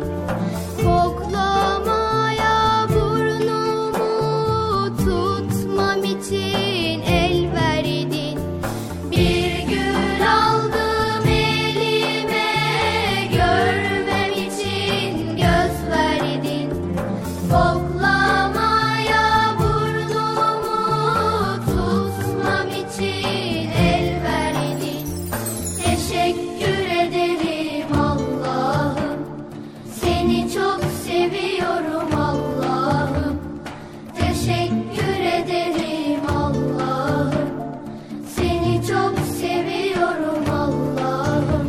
Koklamaya burnumu, tutmam için el verdin. Bir gül aldım elime, görmem için göz verdin. Koklamaya burnumu, tutmam için el verdin. Teşekkür ederim Allah'ım. Seni çok seviyorum Allah'ım. Teşekkür ederim Allah'ım. Seni çok seviyorum Allah'ım.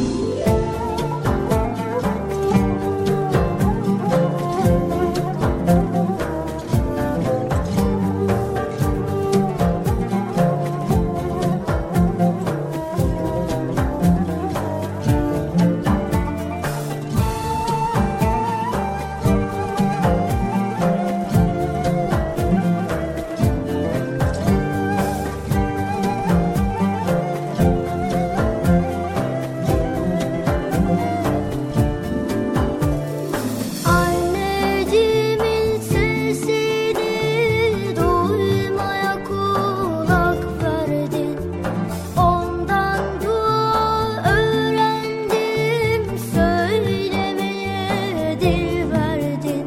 Anneciğimin sesini duymaya kulak verdin. Ondan dua öğrendim, söylemeye dil verdin.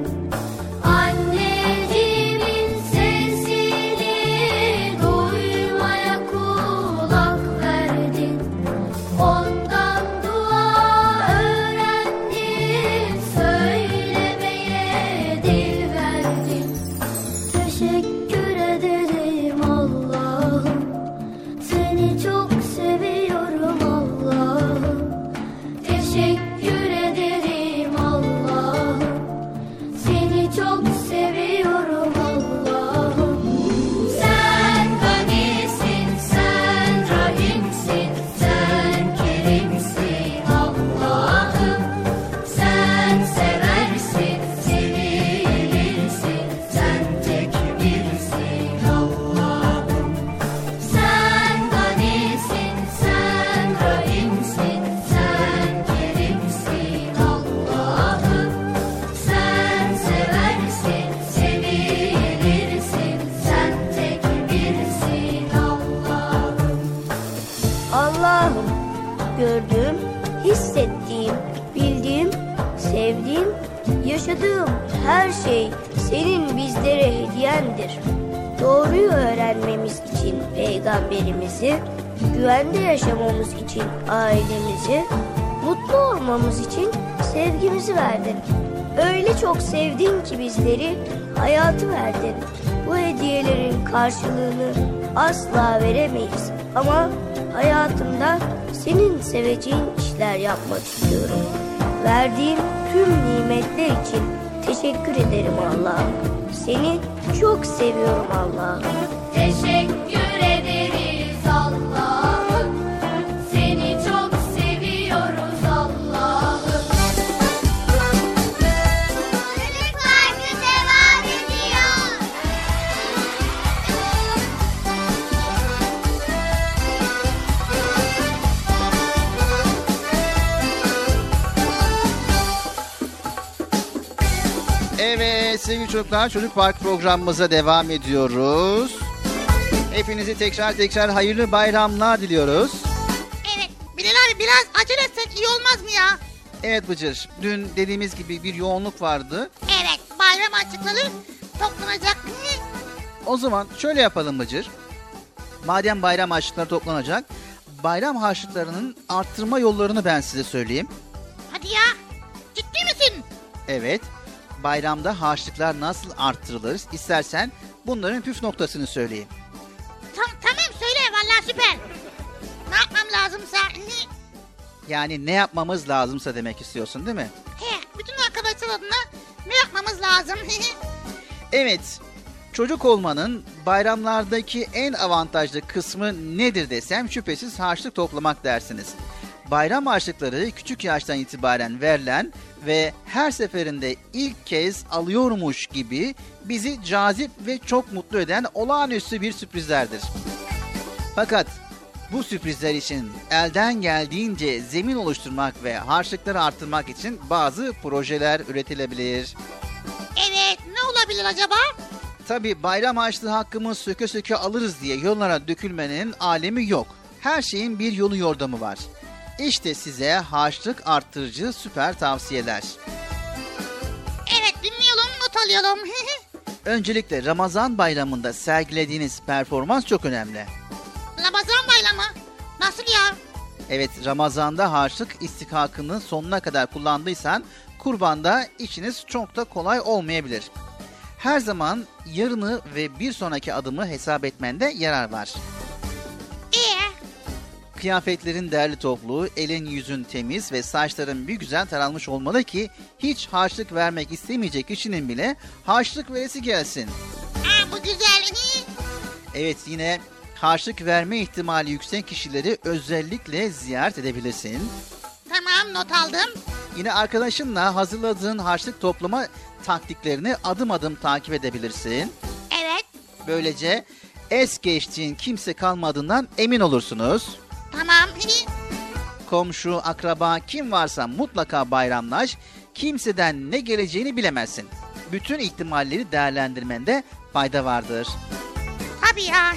Anneciğimin sesini duymaya kulak verdin. Ondan dua öğrendim, söylemeye dil verdin. Teşekkür ederim Allah'ım. Seni çok seviyorum Allah'ım. Teşekkür ederim Allah'ım. Seni çok seviyorum Allah'ım. Sen ganisin, sen rahimsin, sen kerimsin Allah'ım. Sen seversin, sevilirsin, sen tek birsin Allah'ım. Sen ganisin, sen rahimsin, sen kerimsin Allah'ım. Sen seversin, sevilirsin, sen tek birsin Allah'ım. Allah'ım, gördüğüm, hissettiğim, bildiğim, sevdiğim, yaşadığım her şey senin bizlere hediyendir. Doğruyu öğrenmemiz için peygamberimizi, güvende yaşamamız için ailemizi, mutlu olmamız için sevgimizi verdin. Öyle çok sevdin ki bizleri, hayatı verdin. Bu hediyelerin karşılığını asla veremeyiz. Ama hayatımda senin seveceğin işler yapmak istiyorum. Verdiğin tüm nimetler için teşekkür ederim Allah'ım. Seni çok seviyorum Allah'ım. Teşekkür ederiz Allah'ım. Seni çok seviyoruz Allah'ım. Çocuk Parkı devam ediyor. Evet sevgili çocuklar, Çocuk Park programımıza devam ediyoruz. Hepinizi tekrar tekrar hayırlı bayramlar diliyoruz. Evet Bilal abi biraz acele etsek iyi olmaz mı ya? Evet Bıcır, dün dediğimiz gibi bir yoğunluk vardı. Evet bayram açıkları toplanacak. O zaman şöyle yapalım Bıcır. Madem bayram harçlıkları toplanacak, bayram harçlıklarının arttırma yollarını ben size söyleyeyim. Hadi ya, ciddi misin? Evet, bayramda harçlıklar nasıl arttırılır? İstersen bunların püf noktasını söyleyeyim. Tam, tamam söyle vallahi süper. Ne yapmam lazımsa? Yani ne yapmamız lazımsa demek istiyorsun değil mi? He, bütün arkadaşlar adına ne yapmamız lazım? Evet, çocuk olmanın bayramlardaki en avantajlı kısmı nedir desem şüphesiz harçlık toplamak dersiniz. Bayram harçlıkları küçük yaştan itibaren verilen ve her seferinde ilk kez alıyormuş gibi bizi cazip ve çok mutlu eden olağanüstü bir sürprizlerdir. Fakat bu sürprizler için elden geldiğince zemin oluşturmak ve harçlıkları arttırmak için bazı projeler üretilebilir. Evet, ne olabilir acaba? Tabii bayram harçlığı hakkımız söke söke alırız diye yollara dökülmenin alemi yok. Her şeyin bir yolu yordamı var. İşte size harçlık arttırıcı süper tavsiyeler. Evet dinleyelim, not alalım. Öncelikle Ramazan bayramında sergilediğiniz performans çok önemli. Ramazan bayramı? Nasıl ya? Evet, Ramazan'da harçlık istikakını sonuna kadar kullandıysan kurbanda işiniz çok da kolay olmayabilir. Her zaman yarını ve bir sonraki adımı hesap etmende yarar var. Ee? Kıyafetlerin derli toplu, elin yüzün temiz ve saçların bir güzel taranmış olmalı ki hiç harçlık vermek istemeyecek kişinin bile harçlık veresi gelsin. Aa, bu güzel. Evet, yine harçlık verme ihtimali yüksek kişileri özellikle ziyaret edebilirsin. Tamam, not aldım. Yine arkadaşınla hazırladığın harçlık toplama taktiklerini adım adım takip edebilirsin. Evet. Böylece es geçtiğin kimse kalmadığından emin olursunuz. Tamam. Komşu, akraba kim varsa mutlaka bayramlaş. Kimseden ne geleceğini bilemezsin. Bütün ihtimalleri değerlendirmende fayda vardır. Tabii ya.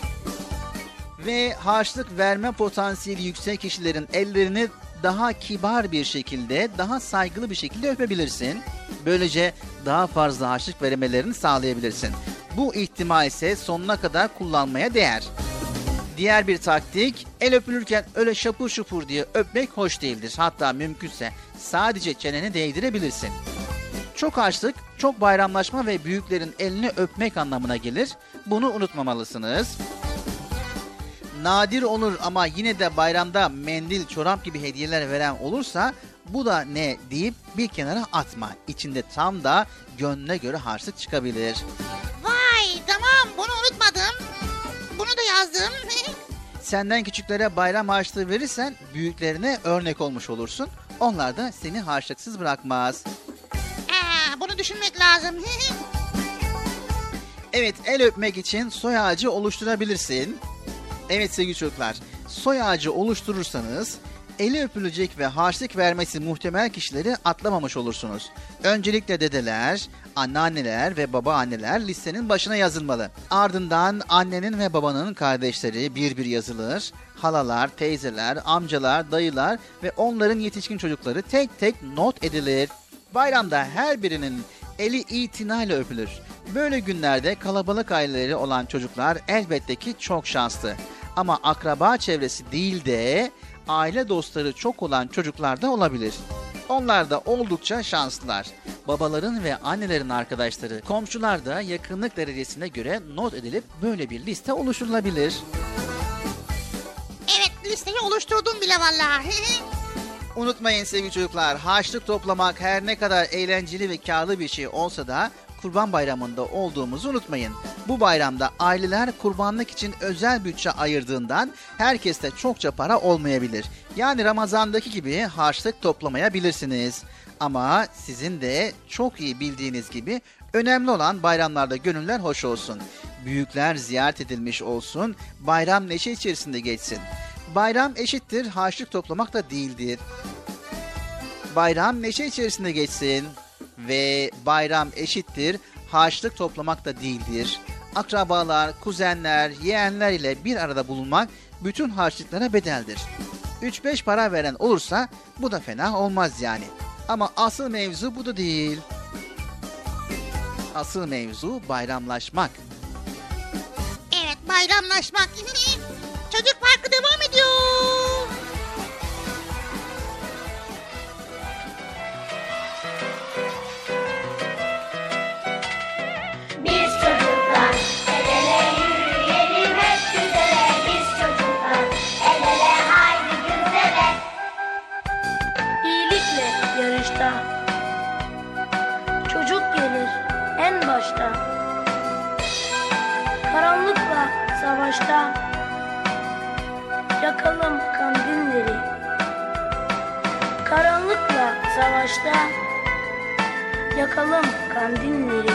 Ve harçlık verme potansiyeli yüksek kişilerin ellerini daha kibar bir şekilde, daha saygılı bir şekilde öpebilirsin. Böylece daha fazla harçlık vermelerini sağlayabilirsin. Bu ihtimal ise sonuna kadar kullanmaya değer. Diğer bir taktik, el öpülürken öyle şapur şupur diye öpmek hoş değildir. Hatta mümkünse sadece çeneni değdirebilirsin. Çok harçlık, çok bayramlaşma ve büyüklerin elini öpmek anlamına gelir. Bunu unutmamalısınız. Nadir olur ama yine de bayramda mendil, çorap gibi hediyeler veren olursa bu da ne deyip bir kenara atma. İçinde tam da gönlüne göre harçlık çıkabilir. Vay tamam, bunu unutmadım. Bunu da yazdım. Senden küçüklere bayram harçlığı verirsen büyüklerine örnek olmuş olursun. Onlar da seni harçlıksız bırakmaz. Aa, bunu düşünmek lazım. Evet, el öpmek için soy ağacı oluşturabilirsin. Evet sevgili çocuklar, soy ağacı oluşturursanız eli öpülecek ve harçlık vermesi muhtemel kişileri atlamamış olursunuz. Öncelikle dedeler, anneanneler ve babaanneler listenin başına yazılmalı. Ardından annenin ve babanın kardeşleri bir bir yazılır. Halalar, teyzeler, amcalar, dayılar ve onların yetişkin çocukları tek tek not edilir. Bayramda her birinin eli itinayla öpülür. Böyle günlerde kalabalık aileleri olan çocuklar elbette ki çok şanslı. Ama akraba çevresi değil de aile dostları çok olan çocuklar da olabilir. Onlar da oldukça şanslılar. Babaların ve annelerin arkadaşları, komşular da yakınlık derecesine göre not edilip böyle bir liste oluşturulabilir. Evet, listeyi oluşturdum bile vallahi. Unutmayın sevgili çocuklar, harçlık toplamak her ne kadar eğlenceli ve karlı bir şey olsa da Kurban Bayramı'nda olduğumuzu unutmayın. Bu bayramda aileler kurbanlık için özel bütçe ayırdığından herkeste çokça para olmayabilir. Yani Ramazan'daki gibi harçlık toplamayabilirsiniz. Ama sizin de çok iyi bildiğiniz gibi önemli olan bayramlarda gönüller hoş olsun. Büyükler ziyaret edilmiş olsun, bayram neşe içerisinde geçsin. Bayram eşittir harçlık toplamak da değildir. Bayram neşe içerisinde geçsin Ve bayram eşittir harçlık toplamak da değildir. Akrabalar, kuzenler, yeğenler ile bir arada bulunmak bütün harçlıklara bedeldir. üç beş para veren olursa bu da fena olmaz yani. Ama asıl mevzu bu da değil. Asıl mevzu bayramlaşmak. Evet, bayramlaşmak. Çocuk Parkı devam ediyor. Biz çocuklar el ele yürüyelim hep güzele. Biz çocuklar el ele haydi güzele. İyilikle yarışta çocuk gelir en başta. Karanlıkla savaşta yakalım kandilleri. Karanlıkla savaşta yakalım kandilleri.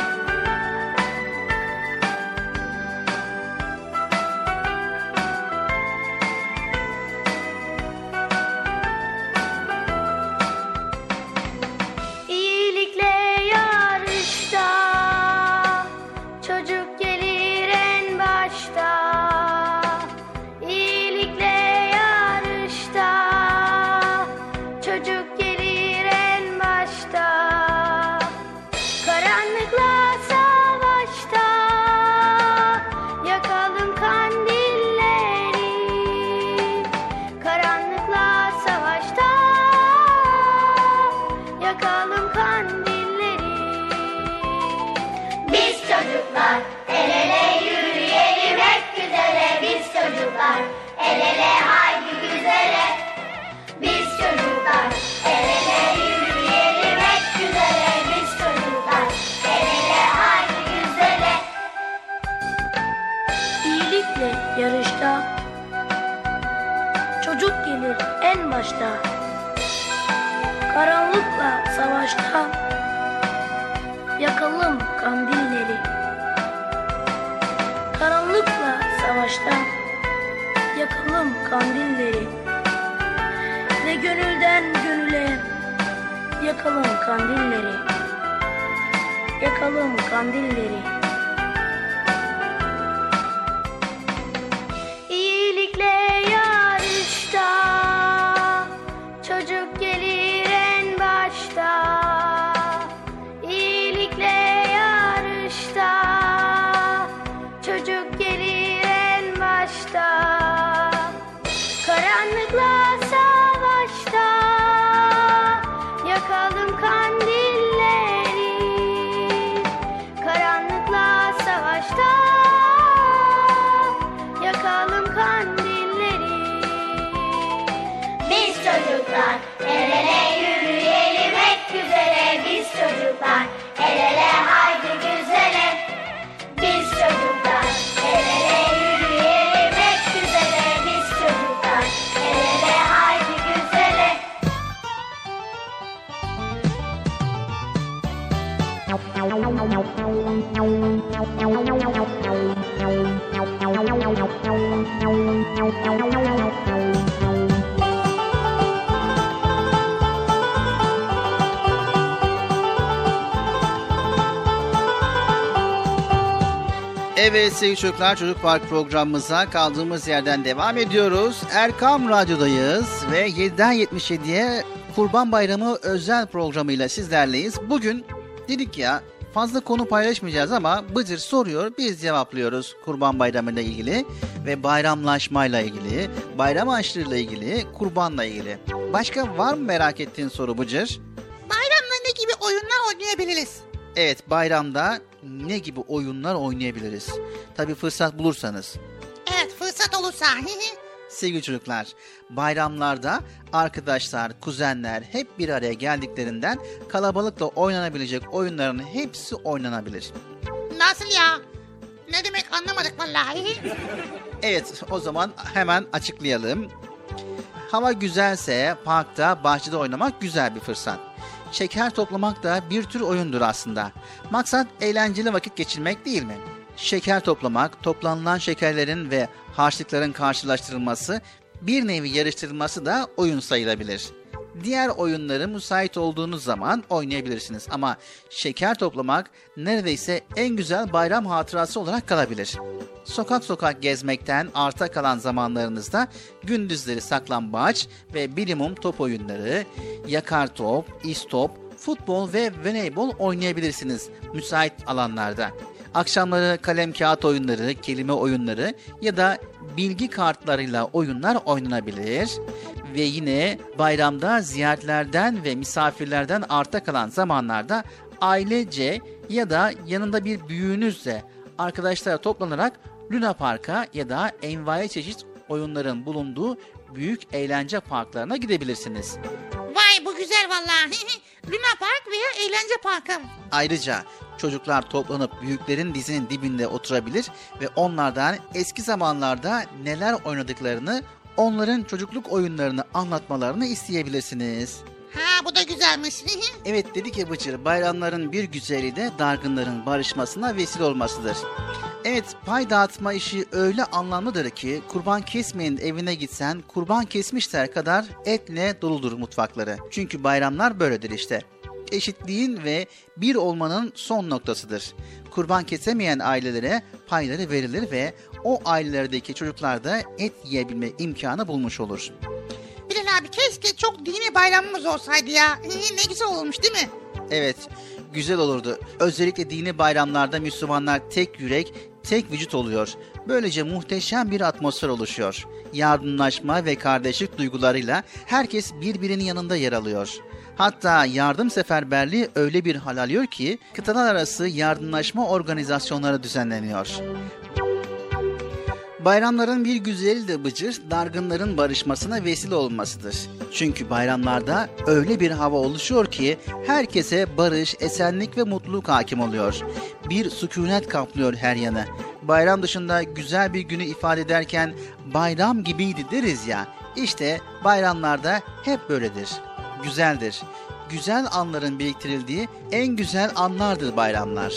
İyilikle yarışta çocuk gelir en başta. İyilikle yarışta çocuk gelir en başta. Karanlıkla savaşta yakalım kandilleri. Karanlıkla savaşta yakalım kandilleri. Biz çocuklar el ele yürüyelim hep güzele. Biz çocuklar el ele haydi güzele. Biz çocuklar el ele yürüyelim hep güzele. Biz çocuklar el ele haydi güzele. İyilikle yarışta çocuk gelir en başta. Karanlıkla savaşta yakalım kandilleri. Karanlıkla savaşta yakalım kandilleri. Ve gönülden gönüle yakalım kandilleri. Yakalım kandilleri. İyilikle yarışta çocuk gelir en başta. İyilikle yarışta çocuk gelir en başta. Karanlıkla savaşta yakalım kandilleri. Karanlıkla savaşta yakalım kandilleri. Biz çocuklar el ele yürüyelim hep güzele. Biz çocuklar el ele haydi güzele. Biz çocuklar el ele yürüyelim hep güzele. Biz çocuklar el ele haydi güzele. Evet sevgili çocuklar, Çocuk Park programımıza kaldığımız yerden devam ediyoruz. Erkam Radyo'dayız ve yediden yetmiş yediye Kurban Bayramı özel programıyla sizlerleyiz. Bugün dedik ya fazla konu paylaşmayacağız ama Bıcır soruyor, biz cevaplıyoruz Kurban Bayramı ile ilgili ve bayramlaşmayla ilgili, bayram harçlığıyla ilgili, kurbanla ilgili. Başka var mı merak ettiğin soru Bıcır? Bayramda ne gibi oyunlar oynayabiliriz? Evet, bayramda ne gibi oyunlar oynayabiliriz? Tabii fırsat bulursanız. Evet, fırsat olursa. Sevgili çocuklar, bayramlarda arkadaşlar, kuzenler hep bir araya geldiklerinden kalabalıkla oynanabilecek oyunların hepsi oynanabilir. Nasıl ya? Ne demek anlamadık vallahi. Evet, o zaman hemen açıklayalım. Hava güzelse parkta, bahçede oynamak güzel bir fırsat. Şeker toplamak da bir tür oyundur aslında. Maksat eğlenceli vakit geçirmek değil mi? Şeker toplamak, toplanılan şekerlerin ve harçlıkların karşılaştırılması, bir nevi yarıştırılması da oyun sayılabilir. Diğer oyunları müsait olduğunuz zaman oynayabilirsiniz. Ama şeker toplamak neredeyse en güzel bayram hatırası olarak kalabilir. Sokak sokak gezmekten arta kalan zamanlarınızda gündüzleri saklambaç ve bilimum top oyunları, yakar top, istop, futbol ve voleybol oynayabilirsiniz müsait alanlarda. Akşamları kalem kağıt oyunları, kelime oyunları ya da bilgi kartlarıyla oyunlar oynanabilir. Ve yine bayramda ziyaretlerden ve misafirlerden arta kalan zamanlarda ailece ya da yanında bir büyüğünüzle arkadaşlara toplanarak Luna Park'a ya da envai çeşit oyunların bulunduğu büyük eğlence parklarına gidebilirsiniz. Vay bu güzel vallahi. Luna Park veya eğlence parkı. Ayrıca çocuklar toplanıp büyüklerin dizinin dibinde oturabilir ve onlardan eski zamanlarda neler oynadıklarını, onların çocukluk oyunlarını anlatmalarını isteyebilirsiniz. Ha bu da güzelmiş. Evet dedik ya Bıcır, bayramların bir güzeli de dargınların barışmasına vesile olmasıdır. Evet, pay dağıtma işi öyle anlamlıdır ki kurban kesmeyin evine gitsen kurban kesmişler kadar etle doludur mutfakları. Çünkü bayramlar böyledir işte. Eşitliğin ve bir olmanın son noktasıdır. Kurban kesemeyen ailelere payları verilir ve o ailelerdeki çocuklar da et yiyebilme imkanı bulmuş olur. Bilal abi keşke çok dini bayramımız olsaydı ya. Ne güzel olmuş değil mi? Evet, güzel olurdu. Özellikle dini bayramlarda Müslümanlar tek yürek, tek vücut oluyor. Böylece muhteşem bir atmosfer oluşuyor. Yardımlaşma ve kardeşlik duygularıyla herkes birbirinin yanında yer alıyor. Hatta yardım seferberliği öyle bir hal alıyor ki kıtalar arası yardımlaşma organizasyonları düzenleniyor. Bayramların bir güzeli de Bıcır, dargınların barışmasına vesile olmasıdır. Çünkü bayramlarda öyle bir hava oluşuyor ki herkese barış, esenlik ve mutluluk hakim oluyor. Bir sükunet kaplıyor her yanı. Bayram dışında güzel bir günü ifade ederken bayram gibiydi deriz ya. İşte bayramlarda hep böyledir. Güzeldir. Güzel anların biriktirildiği en güzel anlardır bayramlar.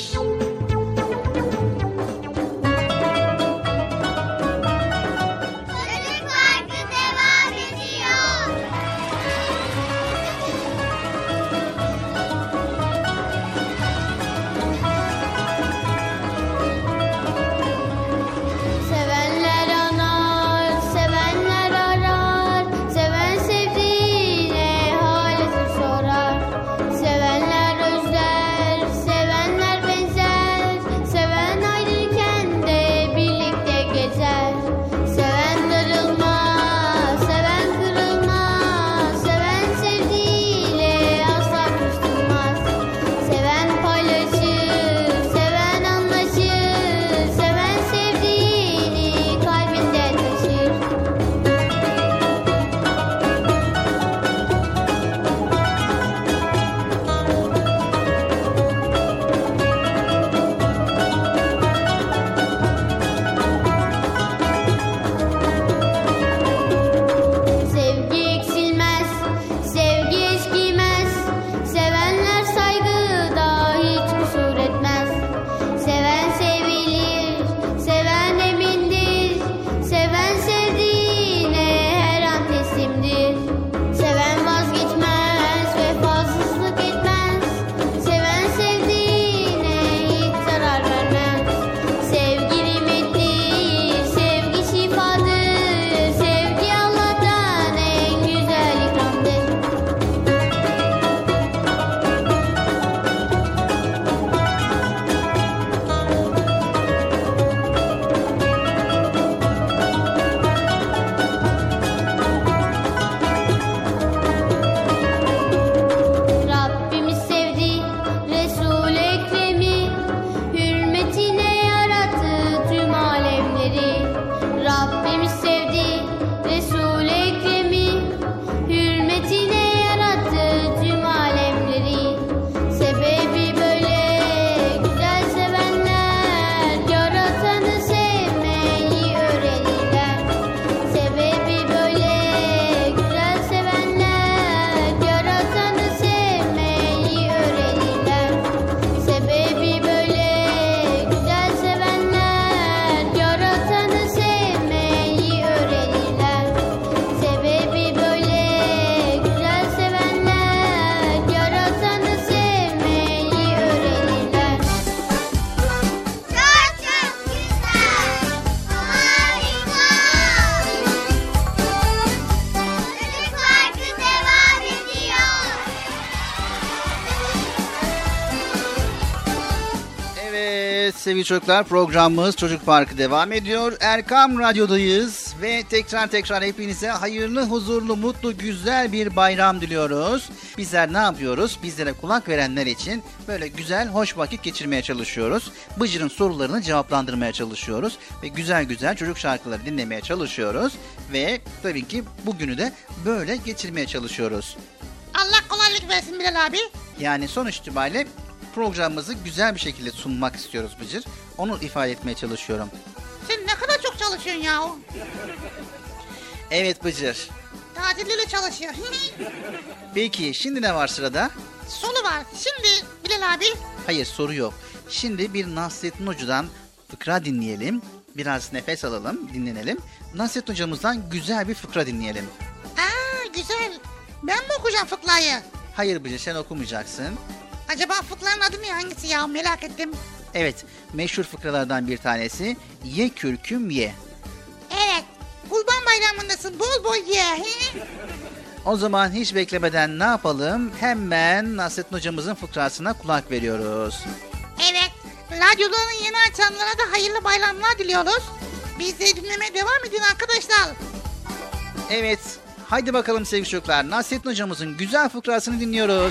Sevenler özler, sevenler benzer. Evet sevgili çocuklar, programımız Çocuk Parkı devam ediyor. Erkam Radyo'dayız ve tekrar tekrar hepinize hayırlı, huzurlu, mutlu, güzel bir bayram diliyoruz. Bizler ne yapıyoruz? Bizlere kulak verenler için böyle güzel, hoş vakit geçirmeye çalışıyoruz. Bıcır'ın sorularını cevaplandırmaya çalışıyoruz ve güzel güzel çocuk şarkıları dinlemeye çalışıyoruz. Ve tabii ki bugünü de böyle geçirmeye çalışıyoruz. Allah kolaylık versin Bilal abi. Yani sonuç itibariyle programımızı güzel bir şekilde sunmak istiyoruz Bıcır. Onu ifade etmeye çalışıyorum. Sen ne kadar çok çalışıyorsun ya. Evet Bıcır. Tatilliyle çalışıyor. Peki şimdi ne var sırada? Soru var. Şimdi Bilal abi. Hayır, soru yok. Şimdi bir Nasrettin Hoca'dan fıkra dinleyelim. Biraz nefes alalım, dinlenelim. Nasrettin Hocamızdan güzel bir fıkra dinleyelim. Aa güzel. Ben mi okuyacağım fıkrayı? Hayır Bıcır, sen okumayacaksın. Acaba fıkranın adı ne, hangisi ya, merak ettim. Evet, meşhur fıkralardan bir tanesi ye kürküm ye. Evet, Kurban Bayramı'ndasın, bol bol ye. O zaman hiç beklemeden ne yapalım? Hemen Nasrettin Hocamızın fıkrasına kulak veriyoruz. Evet, radyolarını yeni açanlara da hayırlı bayramlar diliyoruz. Biz de dinlemeye devam edin arkadaşlar. Evet, haydi bakalım sevgili çocuklar, Nasrettin Hocamızın güzel fıkrasını dinliyoruz.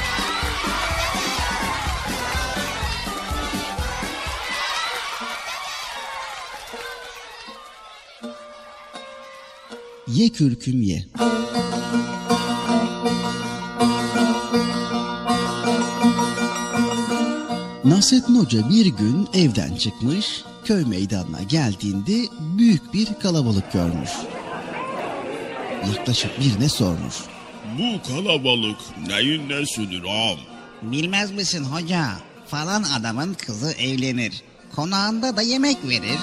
Ye kürküm ye. Nasrettin Hoca bir gün evden çıkmış, köy meydanına geldiğinde büyük bir kalabalık görmüş. Yaklaşık birine sormuş. Bu kalabalık neyin nesidir ağam? Bilmez misin hoca? Falan adamın kızı evlenir. Konağında da yemek verir.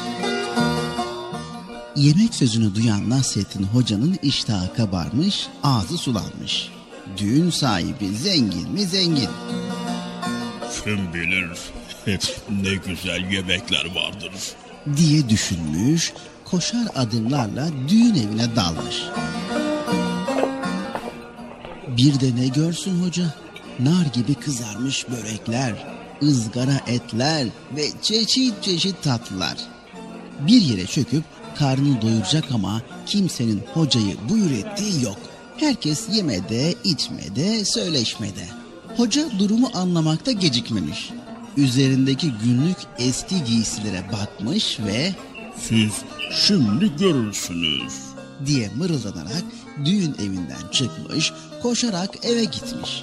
Yemek sözünü duyan Nasrettin Hoca'nın iştahı kabarmış, ağzı sulanmış. Düğün sahibi zengin mi zengin? Kim bilir ne güzel yemekler vardır diye düşünmüş, koşar adımlarla düğün evine dalmış. Bir de ne görsün hoca? Nar gibi kızarmış börekler, ızgara etler ve çeşit çeşit tatlılar. Bir yere çöküp karnını doyuracak ama kimsenin hocayı buyur ettiği yok. Herkes yemede, içmede, söyleşmede. Hoca durumu anlamakta gecikmemiş. Üzerindeki günlük eski giysilere bakmış ve "Siz şimdi görürsünüz" diye mırıldanarak düğün evinden çıkmış, koşarak eve gitmiş.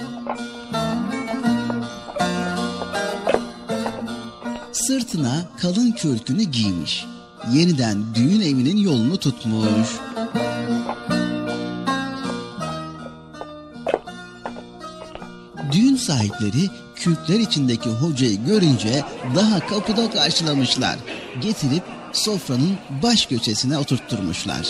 Sırtına kalın kürkünü giymiş. Yeniden düğün evinin yolunu tutmuş. Düğün sahipleri kürkler içindeki hocayı görünce daha kapıda karşılamışlar. Getirip sofranın baş köşesine oturtturmuşlar.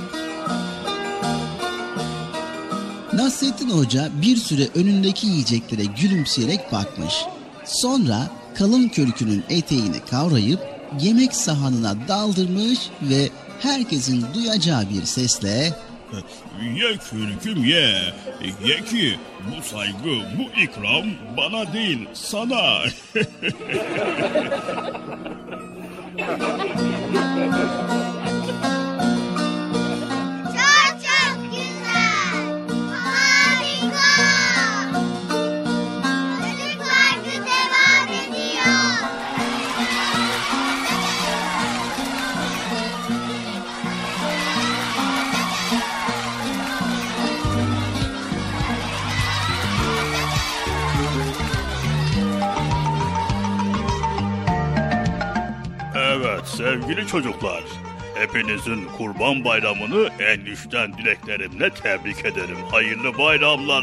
Nasrettin Hoca bir süre önündeki yiyeceklere gülümseyerek bakmış. Sonra kalın kürkünün eteğini kavrayıp yemek sahanına daldırmış ve herkesin duyacağı bir sesle "Ye kürküm ye, ye ki bu saygı, bu ikram bana değil sana." Çok çok güzel, harika. Çocuk Parkı devam ediyor. Evet sevgili çocuklar, hepinizin Kurban Bayramı'nı en içten dileklerimle tebrik ederim. Hayırlı bayramlar.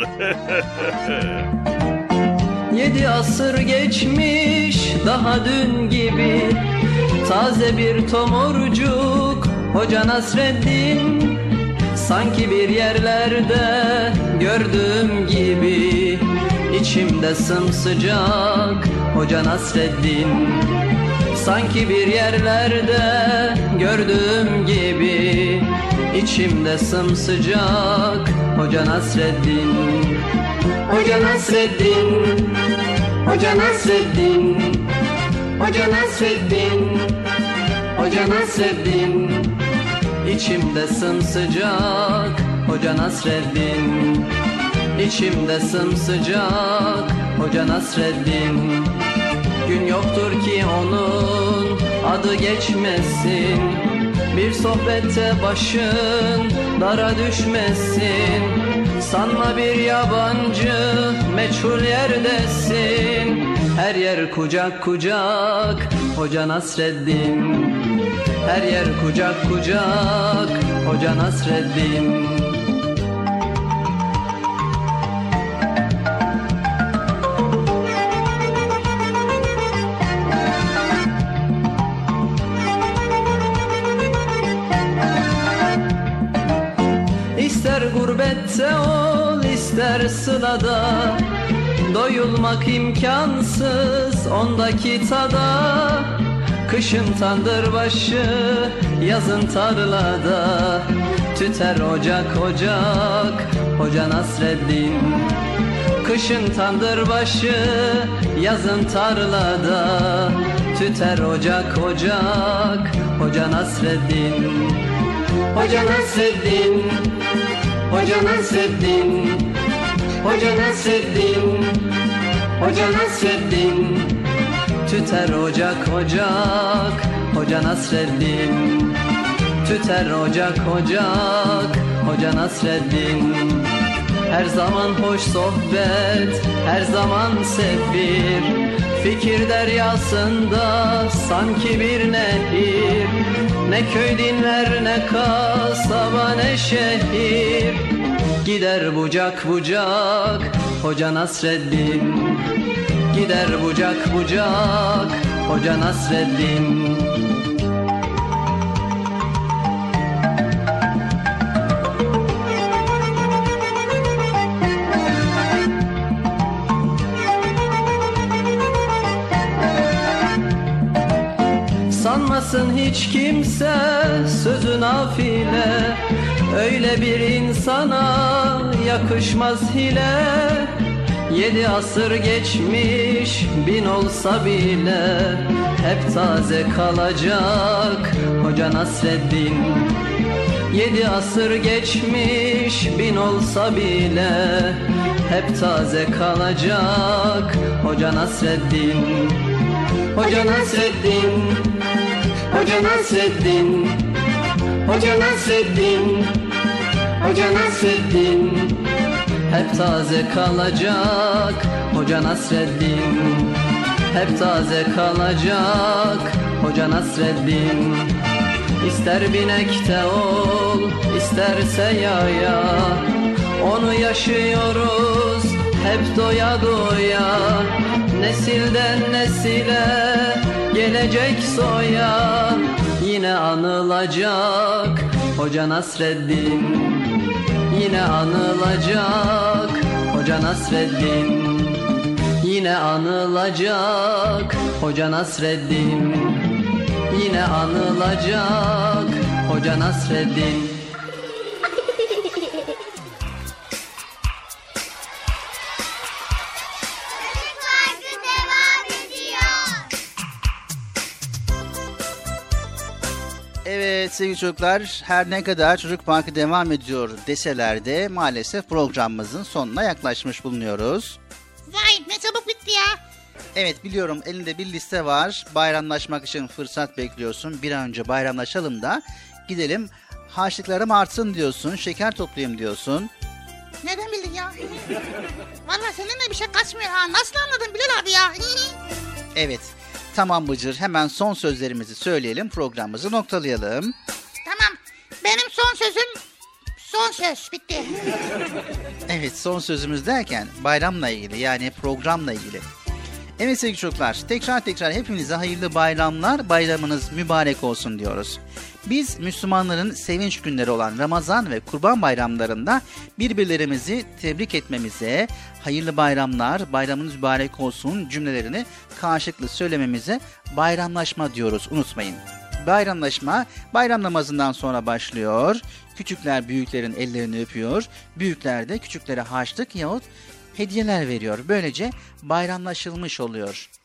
Yedi asır geçmiş daha dün gibi, taze bir tomurcuk Hoca Nasreddin. Sanki bir yerlerde gördüğüm gibi, içimde sımsıcak Hoca Nasreddin. Sanki bir yerlerde gördüğüm gibi, içimde sımsıcak Hoca Nasreddin. Hoca Nasreddin, Hoca Nasreddin, Hoca Hoca Nasreddin, Hoca Nasreddin, içimde sımsıcak Hoca Nasreddin, içimde sımsıcak Hoca Nasreddin. Gün yoktur ki onun adı geçmesin, bir sohbette başın dara düşmesin. Sanma bir yabancı meçhul yerdesin, her yer kucak kucak Hoca Nasreddin, her yer kucak kucak Hoca Nasreddin. İster gurbette ol, ister sılada, doyulmak imkansız ondaki tada. Kışın tandır başı, yazın tarlada, tüter ocak ocak Hoca Nasreddin. Kışın tandır başı, yazın tarlada, tüter ocak ocak Hoca Nasreddin. Hoca Nasreddin, Hoca Nasreddin, Hoca Nasreddin, Hoca Nasreddin, tüter ocak ocak Hoca Nasreddin, tüter ocak ocak Hoca Nasreddin. Her zaman hoş sohbet, her zaman sefir, fikir deryasında sanki bir nehir. Ne köy dinler, ne kasaba, ne şehir, gider bucak bucak Hoca Nasreddin, gider bucak bucak Hoca Nasreddin. Sanmasın hiç kimse sözü nafile, öyle bir insana yakışmaz hile. Yedi asır geçmiş bin olsa bile, hep taze kalacak Hoca Nasreddin. Yedi asır geçmiş bin olsa bile, hep taze kalacak Hoca Nasreddin. Hoca Nasreddin, Hoca Nasreddin, Hoca Nasreddin, Hoca Nasreddin, hep taze kalacak Hoca Nasreddin, hep taze kalacak Hoca Nasreddin. İster binekte ol, isterse yaya, onu yaşıyoruz hep doya doya. Nesilden nesile gelecek soya, yine anılacak Hoca Nasreddin, yine anılacak Hoca Nasreddin, yine anılacak Hoca Nasreddin, yine anılacak Hoca Nasreddin. Evet sevgili çocuklar, her ne kadar Çocuk Parkı devam ediyor deseler de maalesef programımızın sonuna yaklaşmış bulunuyoruz. Vay ne çabuk bitti ya. Evet biliyorum, elinde bir liste var. Bayramlaşmak için fırsat bekliyorsun. Bir an önce bayramlaşalım da gidelim harçlıklarım artsın diyorsun. Şeker toplayayım diyorsun. Neden bildin ya? Vallahi seninle bir şey kaçmıyor ha. Nasıl anladın Bilal abi ya? Evet. Tamam Bıcır, hemen son sözlerimizi söyleyelim, programımızı noktalayalım. Tamam, benim son sözüm son söz, bitti. Evet, son sözümüz derken bayramla ilgili, yani programla ilgili. Evet sevgili çocuklar, tekrar tekrar hepinize hayırlı bayramlar, bayramınız mübarek olsun diyoruz. Biz Müslümanların sevinç günleri olan Ramazan ve Kurban bayramlarında birbirlerimizi tebrik etmemize, hayırlı bayramlar, bayramınız mübarek olsun cümlelerini karşılıklı söylememize bayramlaşma diyoruz, unutmayın. Bayramlaşma bayram namazından sonra başlıyor. Küçükler büyüklerin ellerini öpüyor, büyükler de küçüklere harçlık yahut hediyeler veriyor. Böylece bayramlaşılmış oluyor.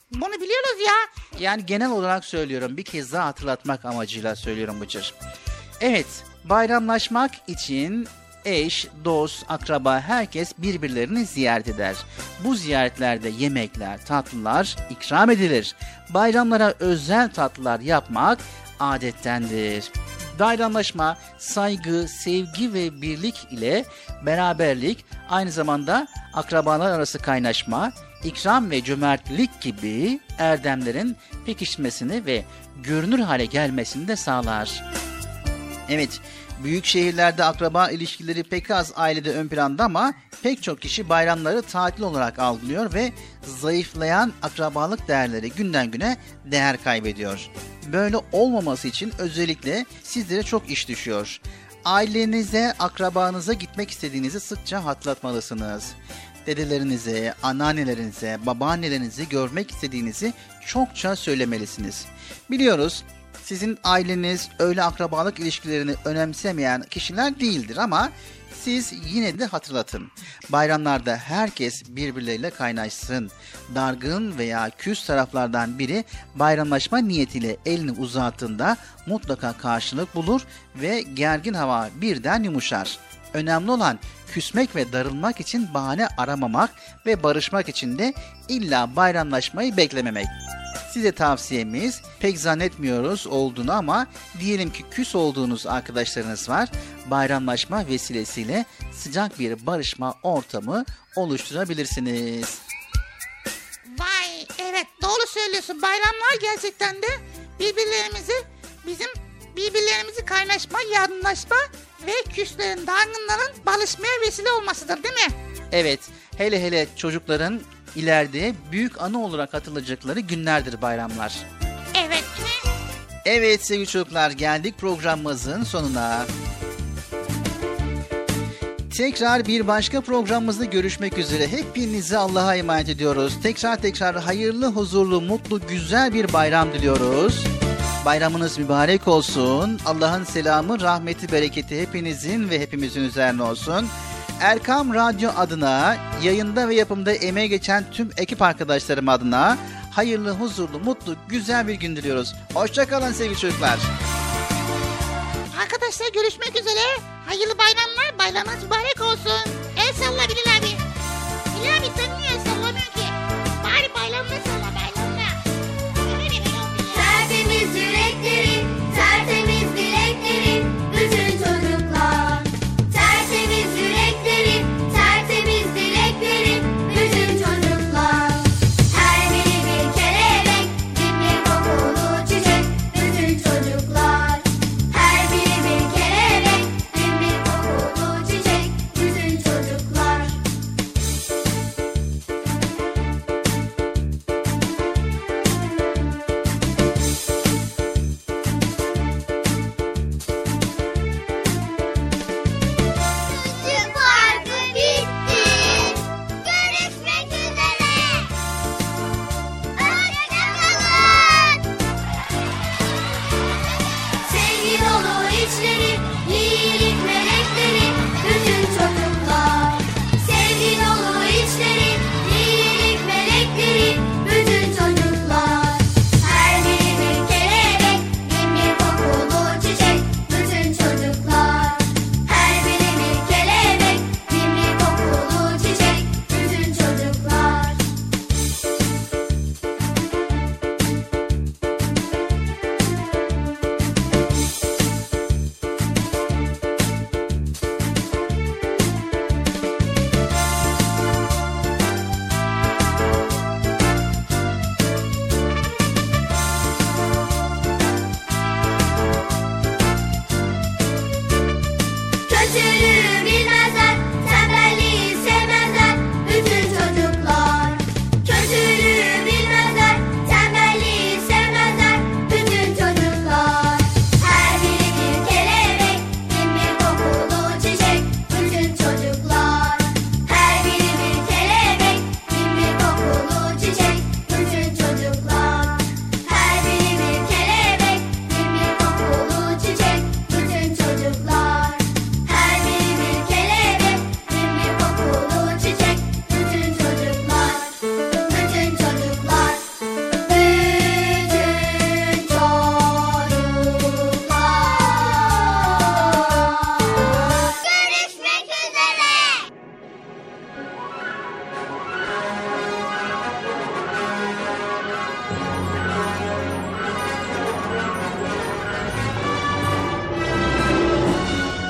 Bunu biliyoruz ya. Yani genel olarak söylüyorum, bir kez daha hatırlatmak amacıyla söylüyorum Bıcır. Evet, bayramlaşmak için eş, dost, akraba herkes birbirlerini ziyaret eder. Bu ziyaretlerde yemekler, tatlılar ikram edilir. Bayramlara özel tatlılar yapmak adettendir. Bayramlaşma, saygı, sevgi ve birlik ile beraberlik, aynı zamanda akrabalar arası kaynaşma, ikram ve cömertlik gibi erdemlerin pekişmesini ve görünür hale gelmesini de sağlar. Evet, büyük şehirlerde akraba ilişkileri pek az ailede ön planda ama pek çok kişi bayramları tatil olarak algılıyor ve zayıflayan akrabalık değerleri günden güne değer kaybediyor. Böyle olmaması için özellikle sizlere çok iş düşüyor. Ailenize, akrabanıza gitmek istediğinizi sıkça hatırlatmalısınız. Dedelerinize, anneannelerinize, babaannelerinizi görmek istediğinizi çokça söylemelisiniz. Biliyoruz, sizin aileniz öyle akrabalık ilişkilerini önemsemeyen kişiler değildir ama siz yine de hatırlatın. Bayramlarda herkes birbirleriyle kaynaşsın. Dargın veya küs taraflardan biri bayramlaşma niyetiyle elini uzattığında mutlaka karşılık bulur ve gergin hava birden yumuşar. Önemli olan küsmek ve darılmak için bahane aramamak ve barışmak için de illa bayramlaşmayı beklememek. Size tavsiyemiz, pek zannetmiyoruz olduğunu ama diyelim ki küs olduğunuz arkadaşlarınız var. Bayramlaşma vesilesiyle sıcak bir barışma ortamı oluşturabilirsiniz. Vay, evet doğru söylüyorsun. Bayramlar gerçekten de birbirlerimizi, bizim birbirlerimizi kaynaşma, yardımlaşma ve küslerin, dargınların barışmaya vesile olmasıdır, değil mi? Evet, hele hele çocukların ileride büyük anı olarak hatırlayacakları günlerdir bayramlar. Evet. Evet sevgili çocuklar, geldik programımızın sonuna. Tekrar bir başka programımızda görüşmek üzere. Hepinizi Allah'a emanet ediyoruz. Tekrar tekrar hayırlı, huzurlu, mutlu, güzel bir bayram diliyoruz. Bayramınız mübarek olsun. Allah'ın selamı, rahmeti, bereketi hepinizin ve hepimizin üzerine olsun. Erkam Radyo adına, yayında ve yapımda emeği geçen tüm ekip arkadaşlarım adına hayırlı, huzurlu, mutlu, güzel bir gün diliyoruz. Hoşça kalın sevgili çocuklar. Arkadaşlar görüşmek üzere. Hayırlı bayramlar. Bayramınız mübarek olsun. El salla Bilal abi. Bilal abi sen niye el sallamıyorsun ki? Bari bayramla salla, bayramla. Tertemiz yüreklerin, tertemiz dileklerin, bütün çocuklar. Tertemiz yüreklerin, tertemiz dileklerin, bütün çocuklar. Her biri bir kelebek, bin bir kokulu çiçek, bütün çocuklar. Her biri bir kelebek, bin bir kokulu çiçek, bütün çocuklar.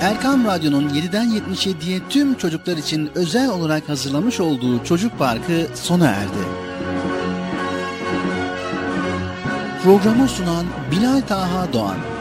Erkam Radyo'nun yediden yetmiş yediye tüm çocuklar için özel olarak hazırlamış olduğu Çocuk Parkı sona erdi. Programı sunan Bilal Taha Doğan.